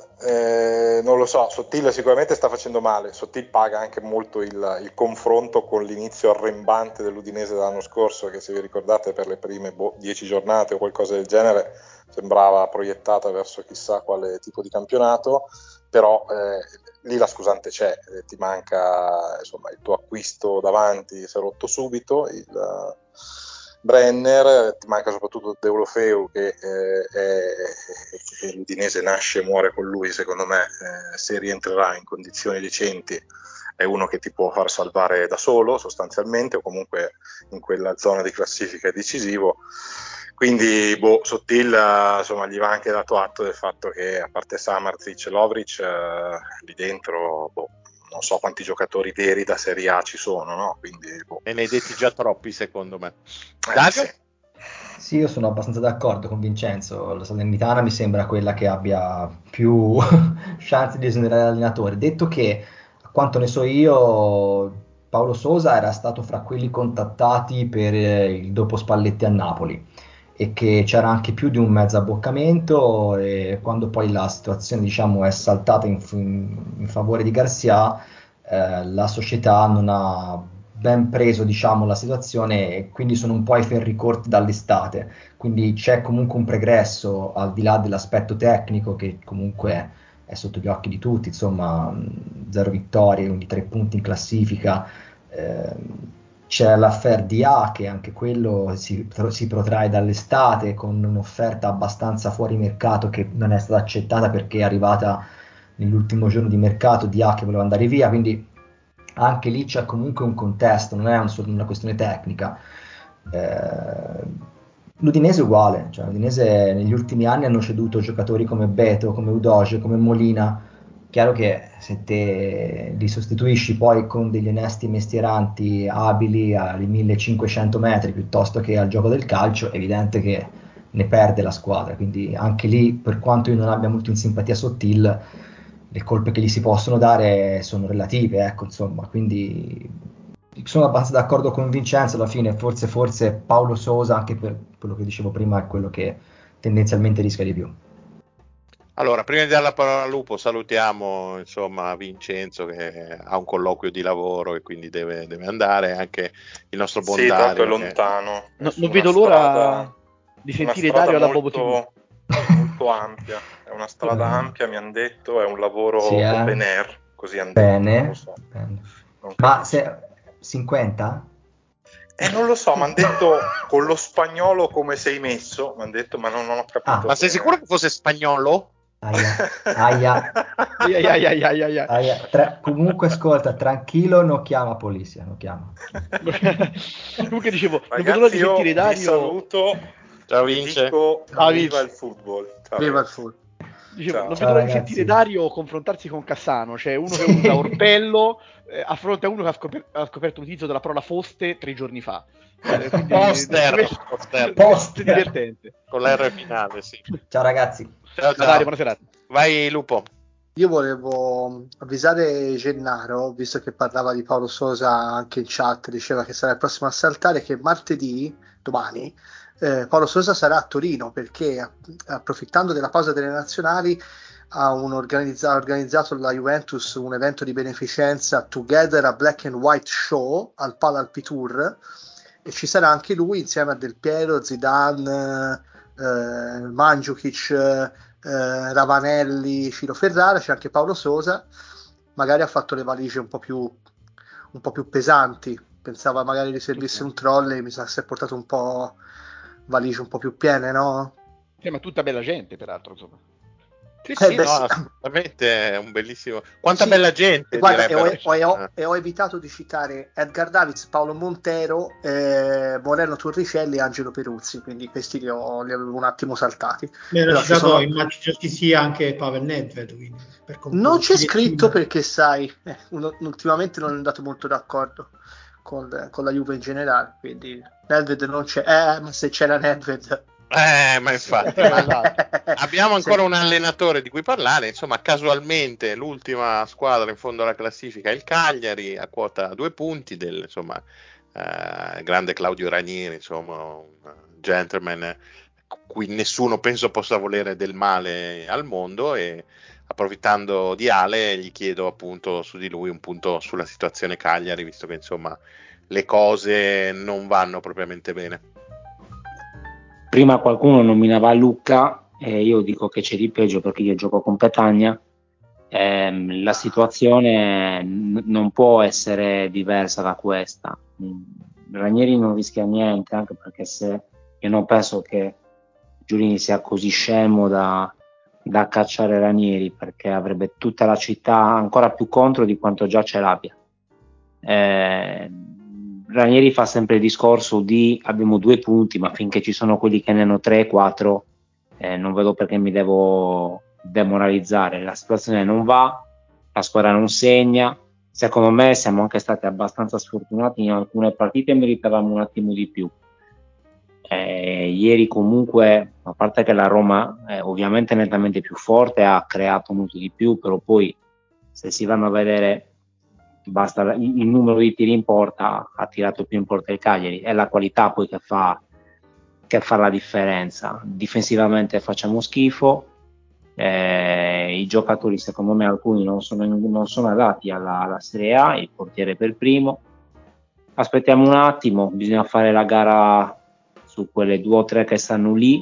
so, Sottil sicuramente sta facendo male. Sottil paga anche molto il confronto con l'inizio arrembante dell'Udinese dell'anno scorso, che se vi ricordate per le prime 10 giornate o qualcosa del genere sembrava proiettata verso chissà quale tipo di campionato, però lì la scusante c'è, ti manca insomma il tuo acquisto davanti, si è rotto subito il Brenner, ti manca soprattutto Deulofeu che l'Udinese nasce e muore con lui, secondo me se rientrerà in condizioni decenti è uno che ti può far salvare da solo sostanzialmente, o comunque in quella zona di classifica è decisivo. Quindi Sottil insomma gli va anche dato atto del fatto che a parte Samardzic e Lovric lì dentro non so quanti giocatori veri da Serie A ci sono, no? Quindi, E ne hai detti già troppi secondo me. Sì, io sono abbastanza d'accordo con Vincenzo, la Salernitana mi sembra quella che abbia più chance di esonerare l'allenatore. Detto che, a quanto ne so io, Paolo Sosa era stato fra quelli contattati per il dopo Spalletti a Napoli e che c'era anche più di un mezzo abboccamento, e quando poi la situazione diciamo è saltata in favore di Garcia, la società non ha ben preso diciamo la situazione e quindi sono un po' ai ferri corti dall'estate, quindi c'è comunque un pregresso al di là dell'aspetto tecnico che comunque è sotto gli occhi di tutti, insomma 0 vittorie, quindi 3 punti in classifica, c'è l'affair di A che anche quello si protrae dall'estate con un'offerta abbastanza fuori mercato che non è stata accettata perché è arrivata nell'ultimo giorno di mercato di A che voleva andare via, quindi anche lì c'è comunque un contesto, non è solo una questione tecnica. L'Udinese è uguale, cioè l'Udinese negli ultimi anni hanno ceduto giocatori come Beto, come Udoge, come Molina. Chiaro che se te li sostituisci poi con degli onesti mestieranti abili ai 1500 metri piuttosto che al gioco del calcio, è evidente che ne perde la squadra, quindi anche lì, per quanto io non abbia molto in simpatia Sottil, le colpe che gli si possono dare sono relative, ecco, insomma, quindi sono abbastanza d'accordo con Vincenzo alla fine, forse Paulo Sousa, anche per quello che dicevo prima, è quello che tendenzialmente rischia di più. Allora, prima di dare la parola a Lupo, salutiamo insomma Vincenzo che ha un colloquio di lavoro e quindi deve andare, anche il nostro buon Sì, tanto è Dario. lontano. Non vedo l'ora di una sentire strada Dario alla Bobo TV. molto ampia, è una strada ampia, mi hanno detto, è un lavoro Sì, open air, così hanno detto, bene, non lo so. bene. Non Ma capisco. se 50? Non lo so, mi hanno detto con lo spagnolo come sei messo, mi hanno detto, ma non ho capito. Ma sei sicuro che fosse spagnolo? Aia. Comunque ascolta, tranquillo, non chiama polizia, non chiama. Comunque dicevo, Ragazzi, non vedo l'ora di io sentire Dario. vi saluto. Ciao Vi Vince. dico Ciao, viva Vince. il football. Ciao, Viva il ragazzi. football. Dicevo, Ciao. non Ciao, vedo l'ora di ragazzi. sentire Dario confrontarsi con Cassano, cioè uno che usa orpello a fronte a uno che ha scoperto l'utilizzo della parola foste 3 giorni fa. Quindi Poster. divertente. Con l'R finale, sì. Ciao ragazzi. Ciao. Dario, buona serata. Vai Lupo. Io volevo avvisare Gennaro, visto che parlava di Paolo Sosa anche in chat, diceva che sarà il prossimo a saltare, che martedì, domani, Paolo Sosa sarà a Torino perché approfittando della pausa delle nazionali ha organizzato la Juventus un evento di beneficenza Together a Black and White Show al Pala Alpi Tour e ci sarà anche lui insieme a Del Piero, Zidane, Mandzukic, Ravanelli, Ciro Ferrara, c'è anche Paolo Sosa, magari ha fatto le valigie un po' più pesanti, pensava magari di servirsi un trolley, mi sa che si è portato un po' valigie un po' più piene, no? Ma tutta bella gente, peraltro, insomma. Sì, Beh, no, sì. assolutamente è un bellissimo. Quanta Sì, bella gente, guarda, direbbero. e ho evitato di citare Edgar Davids, Paolo Montero, Moreno Torricelli e Angelo Peruzzi, quindi questi li avevo un attimo saltati. Mi hanno Però citato, immagino ci sia anche Pavel Nedved, quindi, non c'è scritto perché sai, ultimamente non è andato molto d'accordo con la Juve in generale, quindi Nedved non c'è, ma se c'era Nedved... Ma infatti, abbiamo ancora un allenatore di cui parlare, insomma, casualmente l'ultima squadra in fondo alla classifica è il Cagliari, a quota 2 punti del, insomma, grande Claudio Ranieri, insomma, un gentleman cui nessuno penso possa volere del male al mondo e approfittando di Ale gli chiedo appunto su di lui un punto sulla situazione Cagliari, visto che insomma le cose non vanno propriamente bene. Prima qualcuno nominava Lucca e io dico che c'è di peggio perché io gioco con Petagna. La situazione non può essere diversa da questa. Ranieri non rischia niente, anche perché se io non penso che Giulini sia così scemo da cacciare Ranieri, perché avrebbe tutta la città ancora più contro di quanto già ce l'abbia. Ranieri fa sempre il discorso di abbiamo 2 punti, ma finché ci sono quelli che ne hanno 3, 4, non vedo perché mi devo demoralizzare. La situazione non va, la squadra non segna. Secondo me siamo anche stati abbastanza sfortunati in alcune partite e meritavamo un attimo di più. Ieri comunque, a parte che la Roma è ovviamente nettamente più forte, ha creato molto di più, però poi se si vanno a vedere basta il numero di tiri in porta, ha tirato più in porta il Cagliari, è la qualità poi che fa la differenza. Difensivamente facciamo schifo, i giocatori secondo me alcuni non sono adatti alla Serie A, il portiere per primo. Aspettiamo un attimo, bisogna fare la gara su quelle 2 o 3 che stanno lì.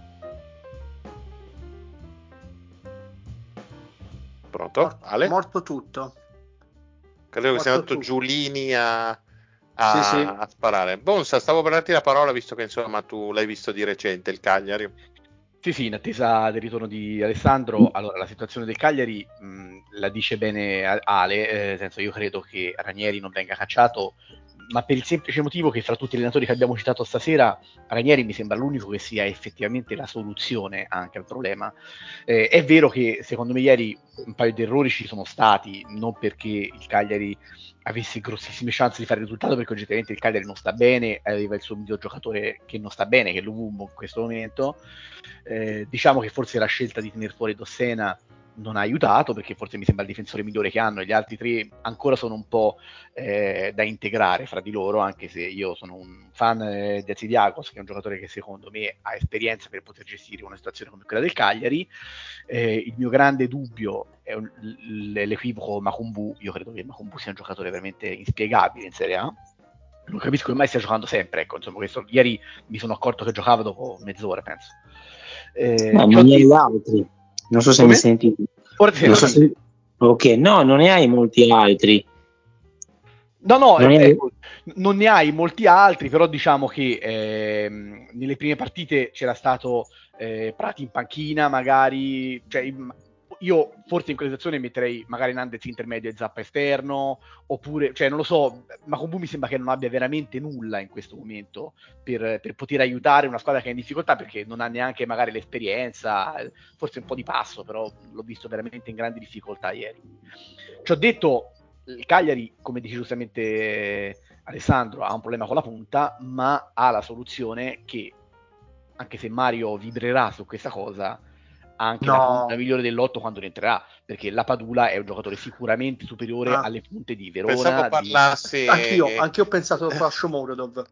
Pronto? Ale? Morto tutto. Credo che sia andato Giulini a sparare. Bonsa, stavo per darti la parola visto che insomma tu l'hai visto di recente il Cagliari. Sì, in attesa del ritorno di Alessandro. Allora, la situazione del Cagliari la dice bene Ale, nel senso io credo che Ranieri non venga cacciato ma per il semplice motivo che fra tutti gli allenatori che abbiamo citato stasera, Ranieri mi sembra l'unico che sia effettivamente la soluzione anche al problema. È vero che secondo me ieri un paio di errori ci sono stati, non perché il Cagliari avesse grossissime chance di fare il risultato, perché oggettivamente il Cagliari non sta bene, aveva il suo miglior giocatore che non sta bene, che è Luvumbo in questo momento. Diciamo che forse la scelta di tenere fuori Dossena non ha aiutato, perché forse mi sembra il difensore migliore che hanno, e gli altri tre ancora sono un po' da integrare fra di loro, anche se io sono un fan di Azidiakos, che è un giocatore che secondo me ha esperienza per poter gestire una situazione come quella del Cagliari. Il mio grande dubbio è l'equivoco Makumbu. Io credo che Makumbu sia un giocatore veramente inspiegabile in Serie A, non capisco come mai stia giocando sempre, ecco, insomma, ieri mi sono accorto che giocava dopo mezz'ora, penso. No, non ne hai altri, non so se come? mi senti. Non so se... Ok, no, non ne hai molti altri. No, ecco, non ne hai molti altri, però diciamo che nelle prime partite c'era stato Prati in panchina, magari, cioè, io forse in quella situazione metterei magari Nandez intermedio e Zappa esterno, oppure, cioè non lo so, Makumbu mi sembra che non abbia veramente nulla in questo momento per poter aiutare una squadra che è in difficoltà, perché non ha neanche magari l'esperienza, forse un po' di passo, però l'ho visto veramente in grandi difficoltà ieri. Ci ho detto, il Cagliari, come dice giustamente Alessandro, ha un problema con la punta, ma ha la soluzione che, anche se Mario vibrerà su questa cosa, ha anche la punta migliore dell'8 quando rientrerà, perché la Padula è un giocatore sicuramente superiore alle punte di Verona. Pensavo parlassi... Anch'io ho pensato a Shomurodov.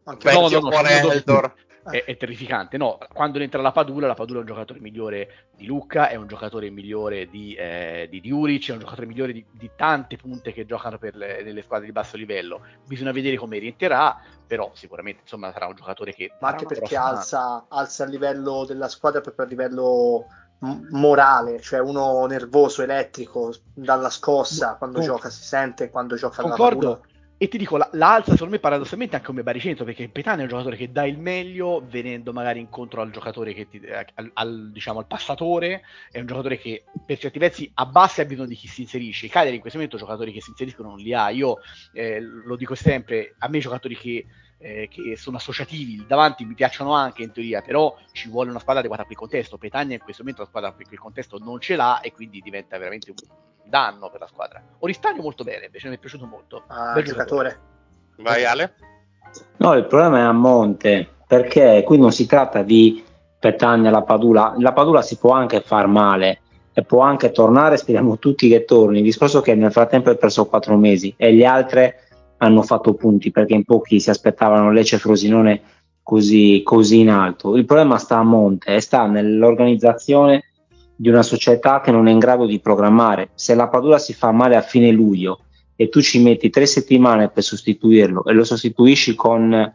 Eldor. È terrificante. No, quando entra la Padula è un giocatore migliore di Lucca, è un giocatore migliore di Diuric, è un giocatore migliore di tante punte che giocano nelle squadre di basso livello. Bisogna vedere come rientrerà, però sicuramente insomma sarà un giocatore che... Ma anche perché alza il livello della squadra proprio a livello morale, cioè uno nervoso, elettrico, dalla scossa, quando gioca si sente, quando gioca la Padula. E ti dico, l'alza secondo me paradossalmente anche come Baricentro, perché Petagna è un giocatore che dà il meglio venendo magari incontro al giocatore che diciamo al passatore, è un giocatore che per certi versi abbassa e ha bisogno di chi si inserisce. I Cagliari in questo momento giocatori che si inseriscono non li ha. Io lo dico sempre, a me i giocatori che sono associativi davanti mi piacciono anche in teoria, però ci vuole una squadra adeguata a quel contesto. Petagna in questo momento la squadra per quel contesto non ce l'ha, e quindi diventa veramente un danno per la squadra. Oristagno molto bene, invece mi è piaciuto molto. Bel giocatore. Vai Ale? No, il problema è a monte, perché qui non si tratta di Petagna, la Padula si può anche far male e può anche tornare, speriamo tutti che torni. Il discorso è che nel frattempo hai perso 4 mesi e le altre hanno fatto punti, perché in pochi si aspettavano Lecce e Frosinone così in alto. Il problema sta a monte e sta nell'organizzazione di una società che non è in grado di programmare. Se la Padula si fa male a fine luglio e tu ci metti 3 settimane per sostituirlo e lo sostituisci con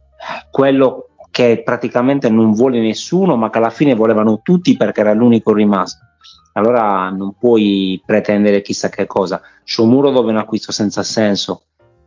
quello che praticamente non vuole nessuno, ma che alla fine volevano tutti perché era l'unico rimasto, allora non puoi pretendere chissà che cosa. Shomurodov è un acquisto senza senso.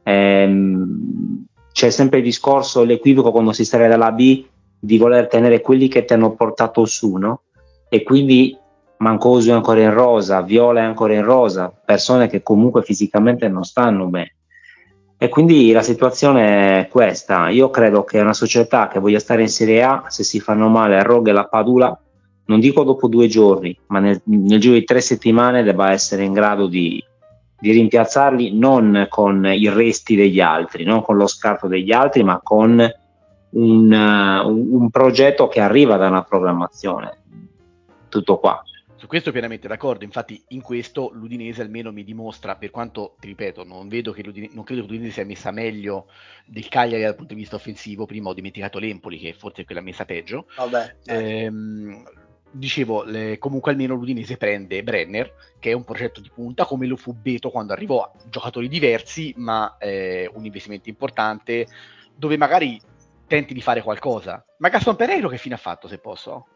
C'è sempre il discorso, l'equivoco quando si sale dalla B di voler tenere quelli che ti hanno portato su, no? E quindi Mancosu è ancora in rosa, Viola è ancora in rosa, persone che comunque fisicamente non stanno bene. E quindi la situazione è questa. Io credo che una società che voglia stare in Serie A, se si fanno male a Rogge e la Padula, non dico dopo 2 giorni, ma nel giro di 3 settimane debba essere in grado di rimpiazzarli, non con i resti degli altri, non con lo scarto degli altri, ma con un progetto che arriva da una programmazione. Tutto qua. Su questo pienamente d'accordo, infatti in questo l'Udinese almeno mi dimostra, per quanto, ti ripeto, non credo che l'Udinese sia messa meglio del Cagliari dal punto di vista offensivo. Prima ho dimenticato l'Empoli, che forse è quella messa peggio. Dicevo, comunque almeno l'Udinese prende Brenner, che è un progetto di punta, come lo fu Beto quando arrivò, giocatori diversi, ma un investimento importante, dove magari tenti di fare qualcosa. Ma Gaston Pereiro che fine ha fatto, se posso?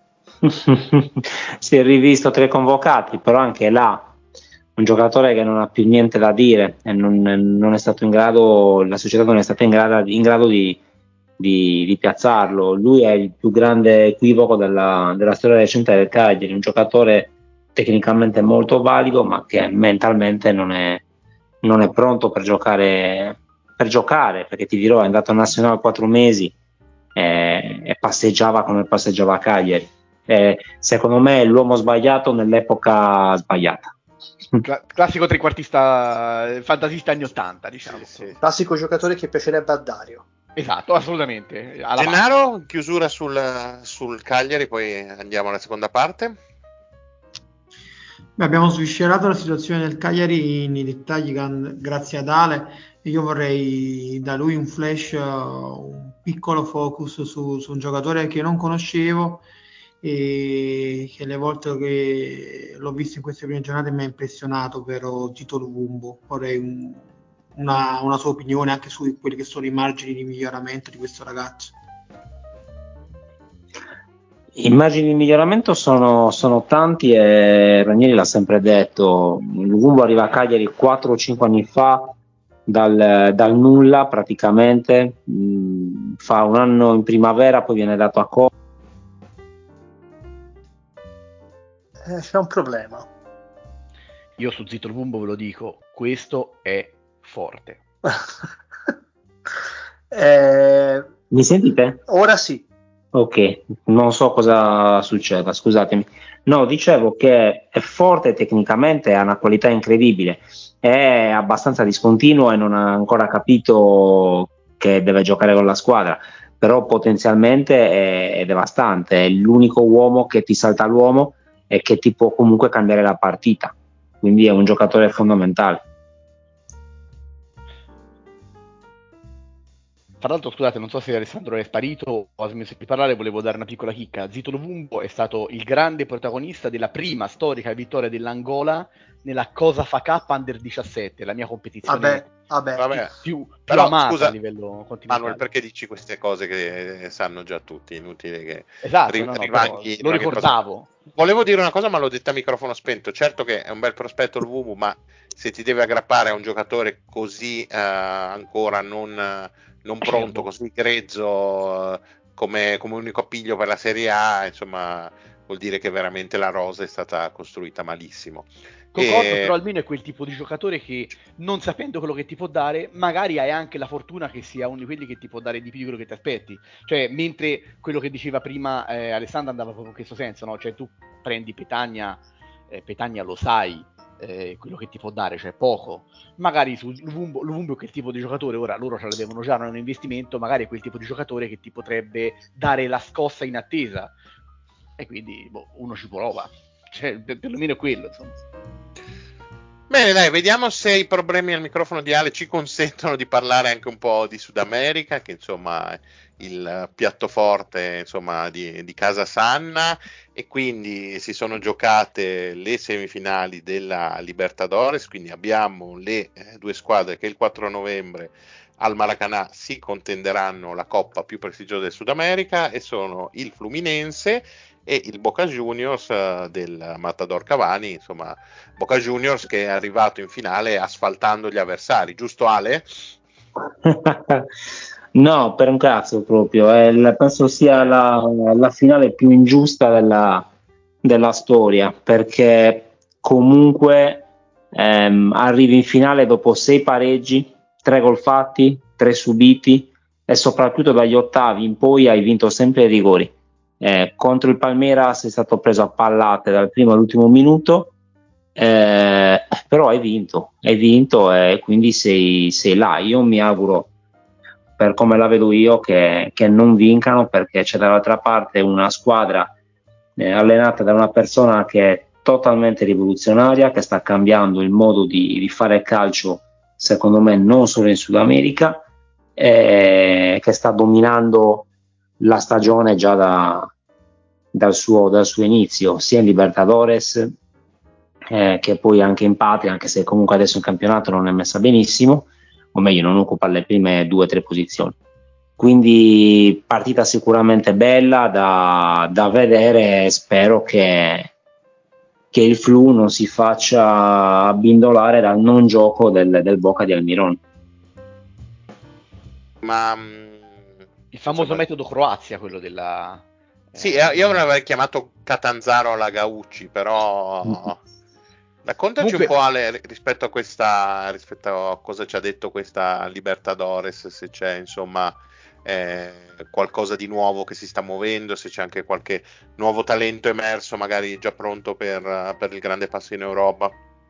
Si è rivisto 3 convocati, però anche là un giocatore che non ha più niente da dire e non è stato in grado, la società non è stata in grado di piazzarlo. Lui è il più grande equivoco della storia recente del Cagliari, un giocatore tecnicamente molto valido, ma che mentalmente non è pronto per giocare per giocare, perché ti dirò, è andato a Nazionale 4 mesi e passeggiava come passeggiava a Cagliari. Secondo me è l'uomo sbagliato nell'epoca sbagliata. Classico trequartista, fantasista anni 80, diciamo. Sì. Classico giocatore che piacerebbe a Dario. Esatto, assolutamente. Gennaro, chiusura sul Cagliari, poi andiamo alla seconda parte. Beh, abbiamo sviscerato la situazione del Cagliari nei dettagli grazie ad Ale. Io vorrei da lui un flash, un piccolo focus su un giocatore che non conoscevo e che le volte che l'ho visto in queste prime giornate mi ha impressionato, ovvero Tito Luvumbo. Vorrei una sua opinione anche su quelli che sono i margini di miglioramento di questo ragazzo. I margini di miglioramento sono tanti e Ranieri l'ha sempre detto. Luvumbo arriva a Cagliari 4 o 5 anni fa dal nulla praticamente, fa un anno in primavera, poi viene dato a Como. C'è un problema. Io su Zito Luvumbo ve lo dico, questo è forte. Mi sentite? Ora sì. Ok, non so cosa succeda, scusatemi. No, dicevo che è forte tecnicamente, ha una qualità incredibile, è abbastanza discontinuo e non ha ancora capito che deve giocare con la squadra, però potenzialmente è devastante, è l'unico uomo che ti salta l'uomo e che ti può comunque cambiare la partita, quindi è un giocatore fondamentale. Tra l'altro, scusate, non so se Alessandro è sparito o ha smesso di parlare, volevo dare una piccola chicca. Zito Luvumbo è stato il grande protagonista della prima storica vittoria dell'Angola nella Cosa Fa Cup Under 17, la mia competizione Vabbè. più Però, amata scusa, a livello continentale. Manuel, perché dici queste cose che sanno già tutti? Inutile che Esatto, rivanghi lo ricordavo. Volevo dire una cosa, ma l'ho detta a microfono spento. Certo che è un bel prospetto il Vubu, ma se ti deve aggrappare a un giocatore così ancora non pronto, così grezzo come unico appiglio per la Serie A, insomma, vuol dire che veramente la rosa è stata costruita malissimo. Concordo, però almeno è quel tipo di giocatore che, non sapendo quello che ti può dare, magari hai anche la fortuna che sia uno di quelli che ti può dare di più di quello che ti aspetti. Cioè, mentre quello che diceva prima Alessandro andava proprio in questo senso, no? Cioè, tu prendi Petagna lo sai, quello che ti può dare, cioè poco. Magari su Luvumbo è quel tipo di giocatore, ora loro ce l'avevano già, non è un investimento, magari è quel tipo di giocatore che ti potrebbe dare la scossa in attesa. E quindi uno ci prova. Cioè, perlomeno è quello, insomma. Bene, dai, vediamo se i problemi al microfono di Ale ci consentono di parlare anche un po' di Sud America, che insomma è il piatto forte insomma, di Casa Sanna, e quindi si sono giocate le semifinali della Libertadores, quindi abbiamo le due squadre che il 4 novembre al Maracanã si contenderanno la coppa più prestigiosa del Sud America, e sono il Fluminense e il Boca Juniors del Matador Cavani, insomma Boca Juniors che è arrivato in finale asfaltando gli avversari, giusto Ale? No, per un cazzo proprio, penso sia la finale più ingiusta della storia, perché comunque arrivi in finale dopo 6 pareggi, 3 gol fatti, 3 subiti, e soprattutto dagli ottavi in poi hai vinto sempre ai rigori. Contro il Palmeiras sei stato preso a pallate dal primo all'ultimo minuto, però hai vinto e quindi sei là. Io mi auguro, per come la vedo io, che non vincano, perché c'è dall'altra parte una squadra allenata da una persona che è totalmente rivoluzionaria, che sta cambiando il modo di fare calcio, secondo me non solo in Sud America, che sta dominando la stagione già dal suo inizio, sia in Libertadores che poi anche in patria, anche se comunque adesso in campionato non è messa benissimo, o meglio non occupa le prime 2 o 3 posizioni. Quindi partita sicuramente bella da vedere, e spero che il Flu non si faccia abbindolare dal non gioco del Boca di Almirón. Ma il famoso metodo Croazia, quello della... Sì, io l'avrei chiamato Catanzaro alla Gaucci, però Raccontaci Comunque, un po' Ale, rispetto a cosa ci ha detto questa Libertadores, se c'è insomma qualcosa di nuovo che si sta muovendo, se c'è anche qualche nuovo talento emerso, magari già pronto per il grande passo in Europa.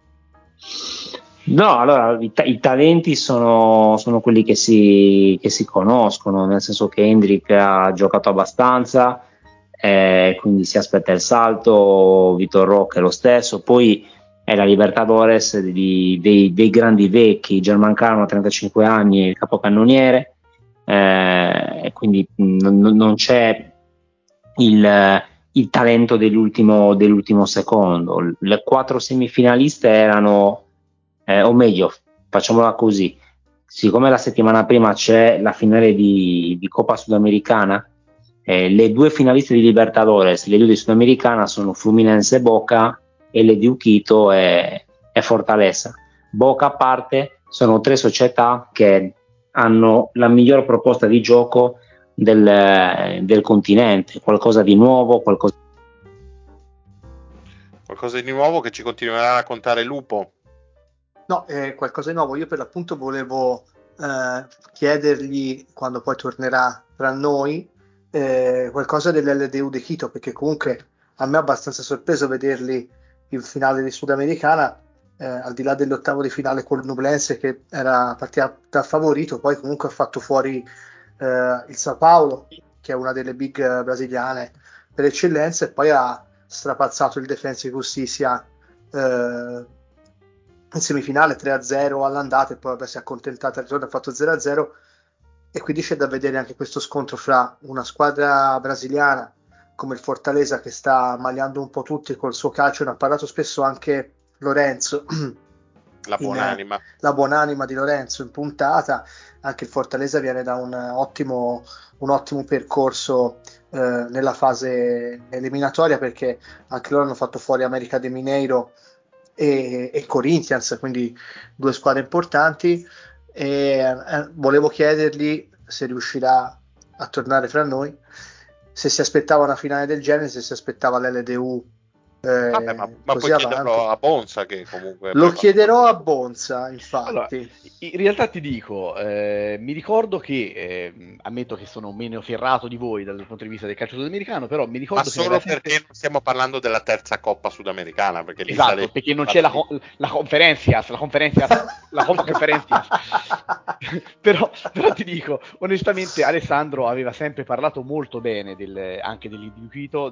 No, allora i talenti sono quelli che si conoscono, nel senso che Hendrick ha giocato abbastanza, quindi si aspetta il salto, Vitor Roque è lo stesso, poi è la Libertadores dei grandi vecchi, Germancano ha 35 anni, il capocannoniere, quindi non c'è il talento dell'ultimo secondo. Le 4 semifinaliste erano, o meglio, facciamola così, siccome la settimana prima c'è la finale di Coppa Sudamericana, le 2 finaliste di Libertadores, le 2 di Sudamericana sono Fluminense e Boca, e le di Quito e Fortaleza. Boca a parte, sono 3 società che hanno la miglior proposta di gioco del continente, qualcosa di nuovo, qualcosa di nuovo che ci continuerà a raccontare Lupo. No, qualcosa di nuovo. Io per l'appunto volevo chiedergli, quando poi tornerà tra noi, qualcosa dell'LDU di Quito, perché comunque a me è abbastanza sorpreso vederli in finale di Sudamericana, al di là dell'ottavo di finale col Nublense che era partita da favorito, poi comunque ha fatto fuori il Sao Paulo, che è una delle big brasiliane per eccellenza, e poi ha strapazzato il Defensa e Justicia in semifinale 3-0 all'andata, e poi vabbè, si è accontentata al ritorno, ha fatto 0-0, e quindi c'è da vedere anche questo scontro fra una squadra brasiliana come il Fortaleza, che sta magliando un po' tutti col suo calcio. Ne ha parlato spesso anche Lorenzo, la buonanima di Lorenzo in puntata. Anche il Fortaleza viene da un ottimo percorso nella fase eliminatoria, perché anche loro hanno fatto fuori América de Mineiro e Corinthians, quindi 2 squadre importanti, e volevo chiedergli se riuscirà a tornare fra noi, se si aspettava una finale del genere, se si aspettava l'LDU Vabbè, ma così puoi avanti. chiederlo a Bonza, che comunque Lo chiederò a Bonza, infatti. Allora, in realtà ti dico, mi ricordo che, ammetto che sono meno ferrato di voi dal punto di vista del calcio sudamericano, però mi ricordo che solo perché non stiamo parlando della terza Coppa Sudamericana, perché esatto, perché non c'è la Conferencias, la Coppa Conferencias. però ti dico, onestamente Alessandro aveva sempre parlato molto bene anche dell'Iquito,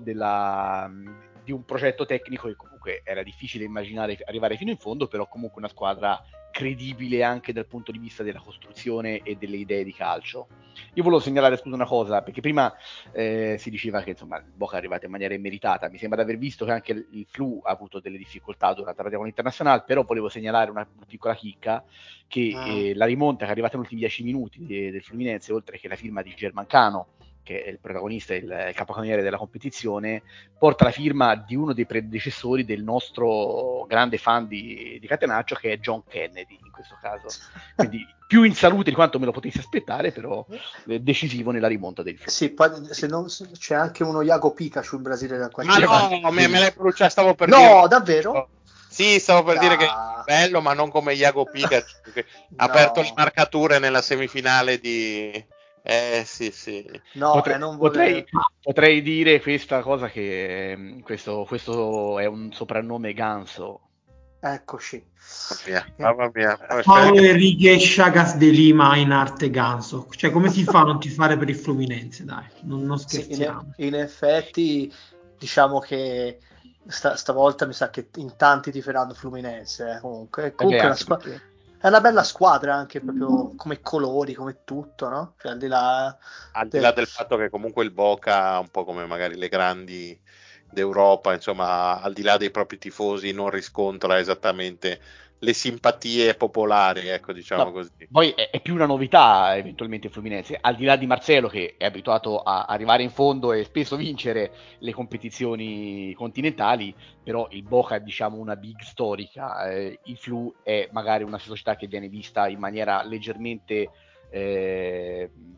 di un progetto tecnico che comunque era difficile immaginare arrivare fino in fondo, però comunque una squadra credibile anche dal punto di vista della costruzione e delle idee di calcio. Io volevo segnalare, scusa, una cosa, perché prima si diceva che insomma il Boca è arrivato in maniera immeritata. Mi sembra di aver visto che anche il Flu ha avuto delle difficoltà durante la diagonale internazionale, però volevo segnalare una piccola chicca, che la rimonta che è arrivata negli ultimi 10 minuti del Fluminense, oltre che la firma di Germancano, che è il protagonista e il capocannoniere della competizione, porta la firma di uno dei predecessori del nostro grande fan di Catenaccio, che è John Kennedy in questo caso, quindi più in salute di quanto me lo potessi aspettare, però decisivo nella rimonta del Flu. Sì, poi se non c'è anche uno Iago Pikachu in Brasile da qualche parte. No, me l'hai bruciato, stavo per dire. No, davvero? Sì, stavo per dire che è bello, ma non come Iago Pikachu, che ha aperto le marcature nella semifinale di... sì. No, potrei dire questa cosa, che questo è un soprannome ganso. Eccoci. Mamma mia. Paolo Enrique Chagas de Lima in arte ganso. Cioè, come si fa a non tifare per il Fluminense? Dai, non scherziamo. Sì, in effetti, diciamo che stavolta mi sa che in tanti tiferanno Fluminense. Comunque è una bella squadra, anche proprio come colori, come tutto, no? Cioè, al di là del fatto che comunque il Boca, un po' come magari le grandi d'Europa, insomma, al di là dei propri tifosi, non riscontra esattamente le simpatie popolari, ecco, diciamo così. Poi è più una novità eventualmente il Fluminense, al di là di Marcelo, che è abituato a arrivare in fondo e spesso vincere le competizioni continentali, però il Boca è, diciamo, una big storica, il Flu è magari una società che viene vista in maniera leggermente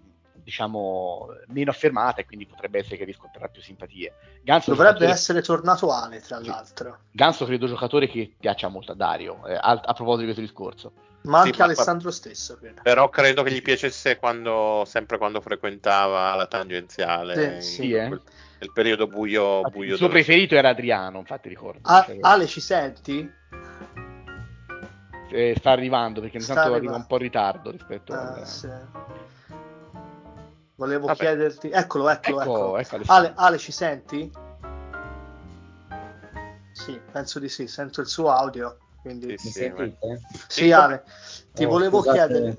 diciamo meno affermata, e quindi potrebbe essere che riscontrerà più simpatie. Ganso dovrebbe essere tornato Ale, tra l'altro. Ganso credo giocatore che piaccia molto a Dario, a proposito di questo discorso. Ma anche Alessandro stesso, credo. Però credo che gli piacesse sempre quando frequentava la tangenziale, nel periodo buio. Il suo preferito era Adriano, infatti ricordo. Ale, ci senti? Sta arrivando, perché intanto arriva un po' in ritardo rispetto sì. Volevo chiederti, eccolo. Ale, ci senti? Sì, penso di sì, sento il suo audio, quindi... Mi sentite? Sì, Ale, ti volevo chiedere,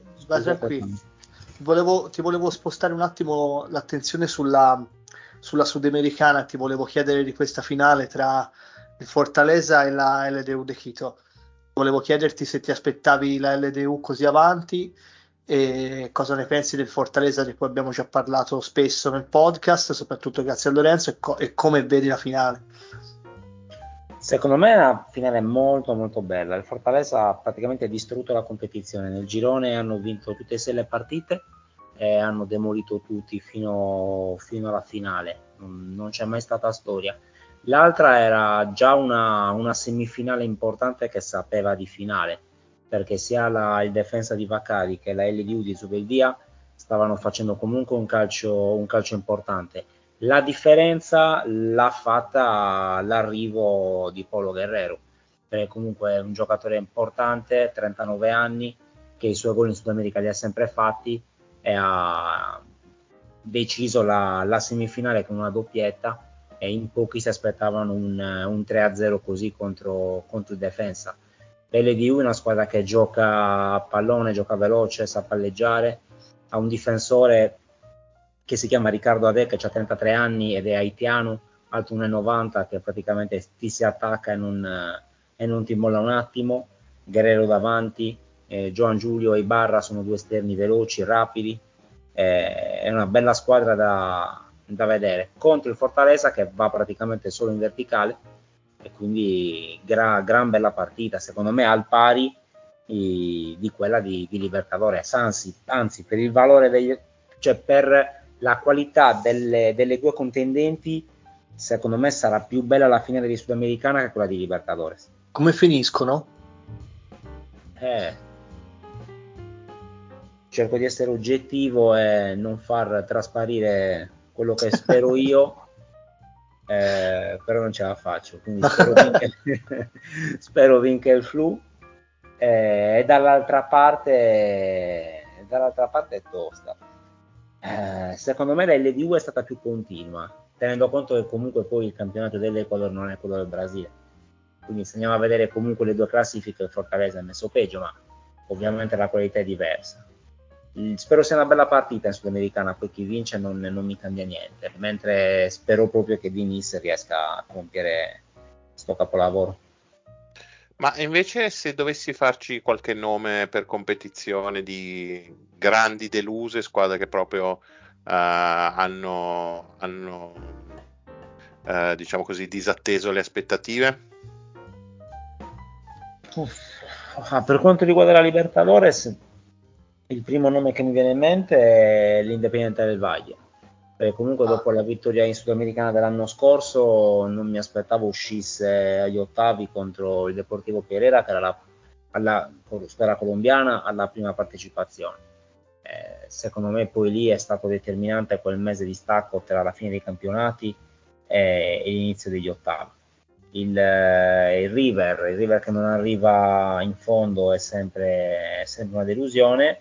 ti volevo spostare un attimo l'attenzione sulla sudamericana, ti volevo chiedere di questa finale tra il Fortaleza e la LDU de Quito. Volevo chiederti se ti aspettavi la LDU così avanti e cosa ne pensi del Fortaleza, di cui abbiamo già parlato spesso nel podcast, soprattutto grazie a Lorenzo, e come vedi la finale. Secondo me è una finale molto molto bella. Il Fortaleza ha praticamente distrutto la competizione. Nel girone hanno vinto tutte e 6 le partite e hanno demolito tutti fino alla finale. Non c'è mai stata storia. L'altra era già una semifinale importante che sapeva di finale, perché sia il Defensa di Vaccari che la LDU di Zubeldia stavano facendo comunque un calcio importante. La differenza l'ha fatta l'arrivo di Paulo Guerrero, perché comunque è un giocatore importante, 39 anni, che i suoi gol in Sud America li ha sempre fatti, e ha deciso la semifinale con una doppietta, e in pochi si aspettavano un 3-0 così contro il Defensa. L'LDU è una squadra che gioca a pallone, gioca veloce, sa palleggiare, ha un difensore che si chiama Riccardo Ade, che ha 33 anni ed è haitiano, alto 1,90, che praticamente ti si attacca e non ti molla un attimo. Guerrero davanti, Joan Giulio e Ibarra sono due esterni veloci, rapidi, è una bella squadra da vedere, contro il Fortaleza che va praticamente solo in verticale, e quindi gran bella partita, secondo me al pari di quella di Libertadores, anzi per il valore cioè per la qualità delle due contendenti, secondo me sarà più bella la finale di Sudamericana che quella di Libertadores. Come finiscono? Cerco di essere oggettivo e non far trasparire quello che spero io, però non ce la faccio, quindi spero vinca il Flu, e dall'altra parte è tosta. Secondo me la LDU è stata più continua, tenendo conto che comunque poi il campionato dell'Ecuador non è quello del Brasile, quindi se andiamo a vedere comunque le due classifiche, il Fortaleza è messo peggio, ma ovviamente la qualità è diversa. Spero sia una bella partita in Sudamericana, poi chi vince non mi cambia niente, mentre spero proprio che Diniz riesca a compiere sto capolavoro. Ma invece, se dovessi farci qualche nome per competizione di grandi deluse, squadre che proprio hanno diciamo così disatteso le aspettative? Per quanto riguarda la Libertadores, il primo nome che mi viene in mente è l'Independiente del Valle, perché comunque dopo la vittoria in Sudamericana dell'anno scorso non mi aspettavo uscisse agli ottavi contro il Deportivo Pereira, che era la squadra colombiana, alla prima partecipazione. Secondo me poi lì è stato determinante quel mese di stacco tra la fine dei campionati e l'inizio degli ottavi. Il River che non arriva in fondo è sempre una delusione.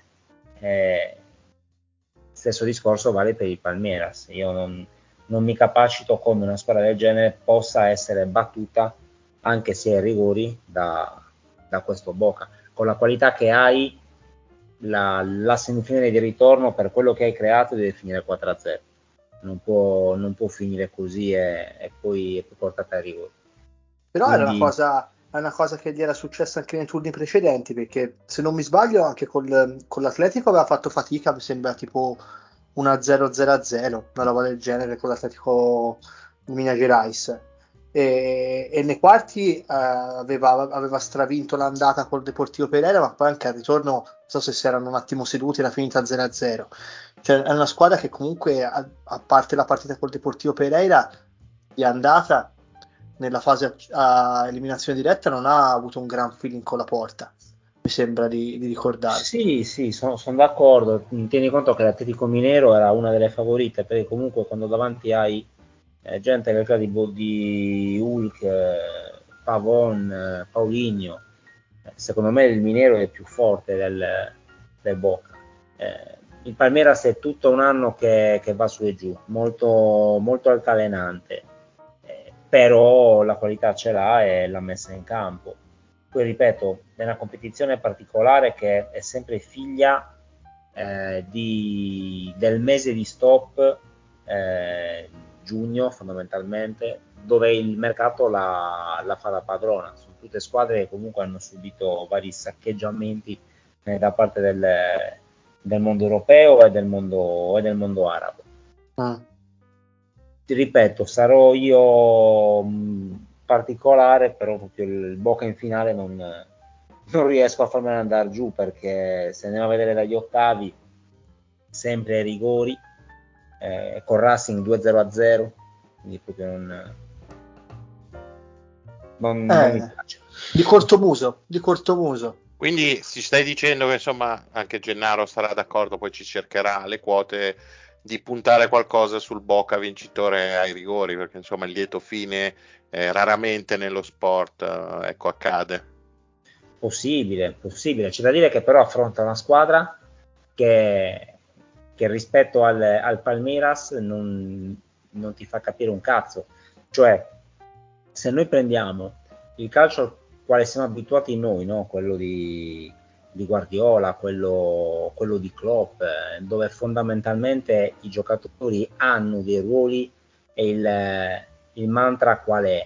Stesso discorso vale per il Palmeiras. Io non mi capacito come una squadra del genere possa essere battuta, anche se ai rigori, da questo Boca. Con la qualità che hai, la semifinale di ritorno, per quello che hai creato, deve finire 4-0. Non può finire così e poi portata ai rigori. Però quindi... è una cosa che gli era successa anche nei turni precedenti, perché se non mi sbaglio anche con l'Atletico aveva fatto fatica, mi sembra tipo una 0-0-0, una roba del genere con l'Atletico di Minas Gerais. e nei quarti aveva stravinto l'andata col Deportivo Pereira, ma poi anche al ritorno, non so se si erano un attimo seduti, era finita 0-0. Cioè, è una squadra che comunque, a parte la partita col Deportivo Pereira, di andata, nella fase a eliminazione diretta, non ha avuto un gran feeling con la Porta, mi sembra di ricordare. Sì, sì, sono d'accordo. Tieni conto che l'Atletico Minero era una delle favorite, perché comunque quando davanti hai gente che è di Hulk, Pavon, Paulinho, secondo me il Minero è più forte del Boca. Il Palmeiras è tutto un anno che va su e giù, molto, molto altalenante, però la qualità ce l'ha e l'ha messa in campo. Poi ripeto, è una competizione particolare che è sempre figlia del mese di stop, giugno fondamentalmente, dove il mercato la fa da padrona. Sono tutte squadre che comunque hanno subito vari saccheggiamenti da parte del mondo europeo e del mondo arabo. Ti ripeto, sarò io particolare, però proprio il Boca in finale non riesco a farmene andare giù, perché se andiamo a vedere dagli ottavi, sempre ai rigori, con Racing 2-0-0, quindi proprio non mi piace. Di cortomuso. Quindi ci stai dicendo che insomma anche Gennaro sarà d'accordo, poi ci cercherà le quote di puntare qualcosa sul Boca vincitore ai rigori, perché insomma il lieto fine raramente nello sport ecco, accade. Possibile. C'è da dire che però affronta una squadra che rispetto al Palmeiras non ti fa capire un cazzo. Cioè, se noi prendiamo il calcio al quale siamo abituati noi, no? Quello di Guardiola, quello di Klopp, dove fondamentalmente i giocatori hanno dei ruoli e il mantra qual è?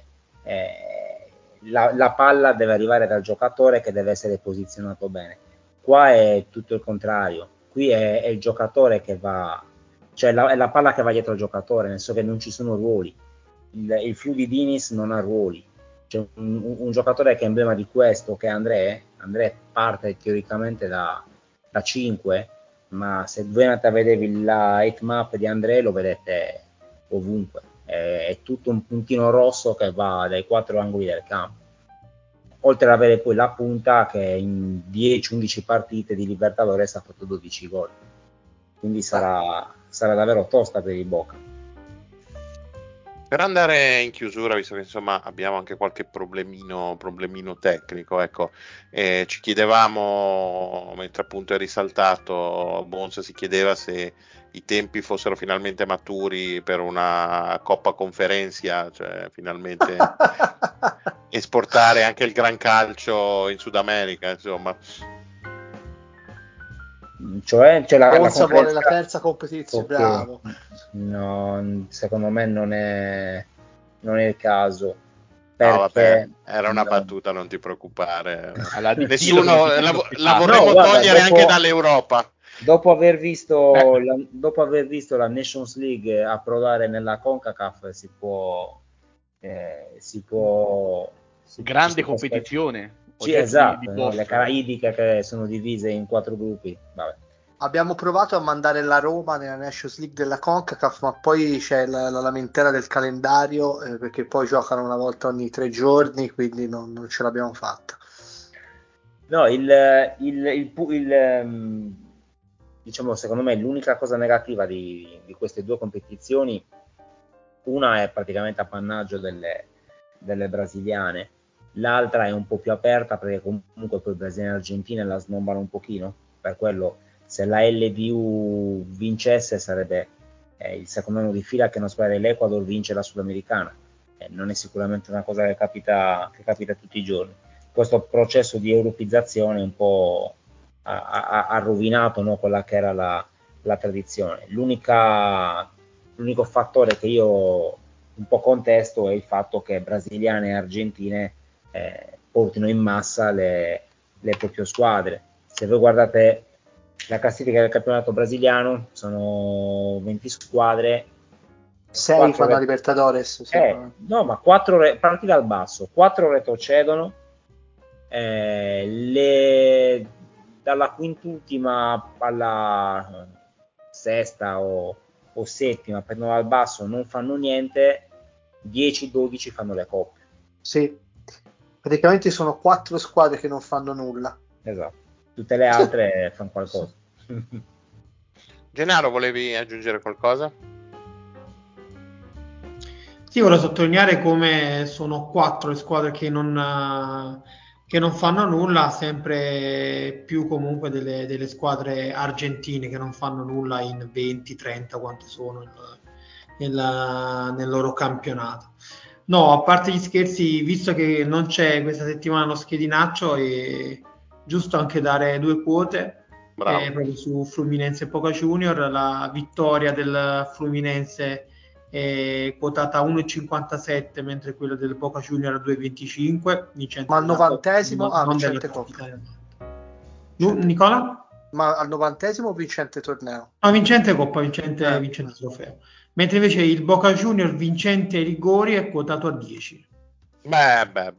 La palla deve arrivare dal giocatore, che deve essere posizionato bene. Qua è tutto il contrario, qui è il giocatore che va, cioè è la palla che va dietro al giocatore, nel senso che non ci sono ruoli. Il Fluvidinis non ha ruoli. C'è un giocatore che è emblema di questo, che è André parte teoricamente da 5, ma se voi andate a vedere la hit map di André lo vedete ovunque, è tutto un puntino rosso che va dai 4 angoli del campo, oltre ad avere poi la punta che in 10-11 partite di Libertadores ha fatto 12 gol, quindi sarà davvero tosta per il Boca. Per andare in chiusura, visto che insomma abbiamo anche qualche problemino tecnico, ecco, ci chiedevamo, mentre appunto è risaltato, Bonsa si chiedeva se i tempi fossero finalmente maturi per una Coppa Conferencia, cioè finalmente esportare anche il gran calcio in Sud America, insomma. Cioè la Bonsa vuole la terza competizione, bravo. No, secondo me non è il caso, perché no, vabbè, era una no. battuta, non ti preoccupare. Nessuno la vorremmo togliere anche dall'Europa. Dopo aver visto la Nations League approdare nella CONCACAF si può grande competizione. Sì, esatto, no? Le caraibiche che sono divise in 4 gruppi. Vabbè. Abbiamo provato a mandare la Roma nella Nations League della CONCACAF, ma poi c'è la lamentela del calendario, perché poi giocano una volta ogni 3 giorni, quindi non ce l'abbiamo fatta. No, diciamo, secondo me l'unica cosa negativa di queste due competizioni, una è praticamente appannaggio delle brasiliane, l'altra è un po' più aperta, perché comunque poi Brasile e Argentina la snobbano un pochino, per quello se la LDU vincesse sarebbe il secondo anno di fila che una squadra dell'Ecuador vince la Sudamericana, non è sicuramente una cosa che capita tutti i giorni. Questo processo di europeizzazione un po' ha rovinato, no, quella che era la tradizione. L'unico fattore che io un po' contesto è il fatto che brasiliane e argentine portino in massa le proprie squadre. Se voi guardate la classifica del campionato brasiliano, sono 20 squadre, 6 fanno la Libertadores. No, ma 4 parti dal basso, 4 retrocedono, dalla quintultima alla sesta o settima prendono dal basso, non fanno niente, 10-12 fanno le coppe. Sì, praticamente sono 4 squadre che non fanno nulla. Esatto, tutte le altre fanno qualcosa. Gennaro, volevi aggiungere qualcosa? Sì, volevo sottolineare come sono 4 le squadre che non fanno nulla, sempre più comunque delle squadre argentine che non fanno nulla in 20-30 quanto sono nel loro campionato. No, a parte gli scherzi, visto che non c'è questa settimana lo schedinaccio, è giusto anche dare 2 quote proprio su Fluminense e Boca Junior. La vittoria del Fluminense è quotata a 1,57, mentre quella del Boca Junior a 2,25. Ma al 90esimo vincente Coppa. Nicola? Ma al 90esimo vincente torneo. No, vincente Coppa, vincente trofeo. Mentre invece il Boca Junior vincente rigori è quotato a 10. Beh.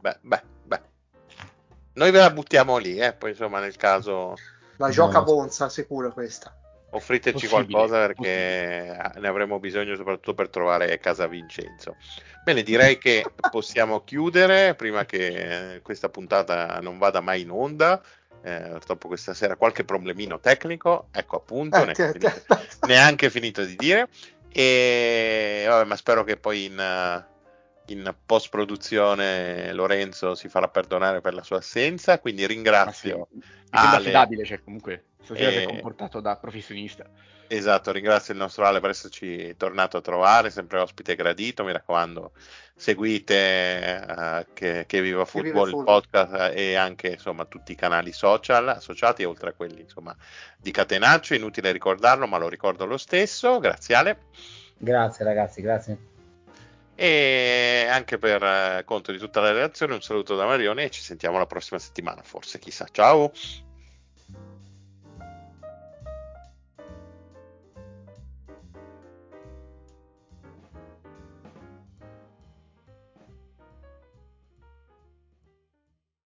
Noi ve la buttiamo lì, poi insomma nel caso... La gioca Bonza, sicuro questa. Offriteci qualcosa perché ne avremo bisogno soprattutto per trovare casa Vincenzo. Bene, direi che possiamo chiudere prima che questa puntata non vada mai in onda. Dopo questa sera qualche problemino tecnico, ecco appunto, neanche finito di dire. E vabbè, ma spero che poi in post produzione Lorenzo si farà perdonare per la sua assenza, quindi ringrazio mi sembra Ale, affidabile, cioè comunque stasera si è comportato da professionista. Esatto, ringrazio il nostro Ale per esserci tornato a trovare, sempre ospite gradito, mi raccomando seguite che Viva Football, il podcast e anche insomma tutti i canali social associati, oltre a quelli insomma di Catenaccio, inutile ricordarlo ma lo ricordo lo stesso. Grazie Ale. Grazie ragazzi, grazie. E anche per conto di tutta la redazione un saluto da Marione e ci sentiamo la prossima settimana, forse, chissà. Ciao.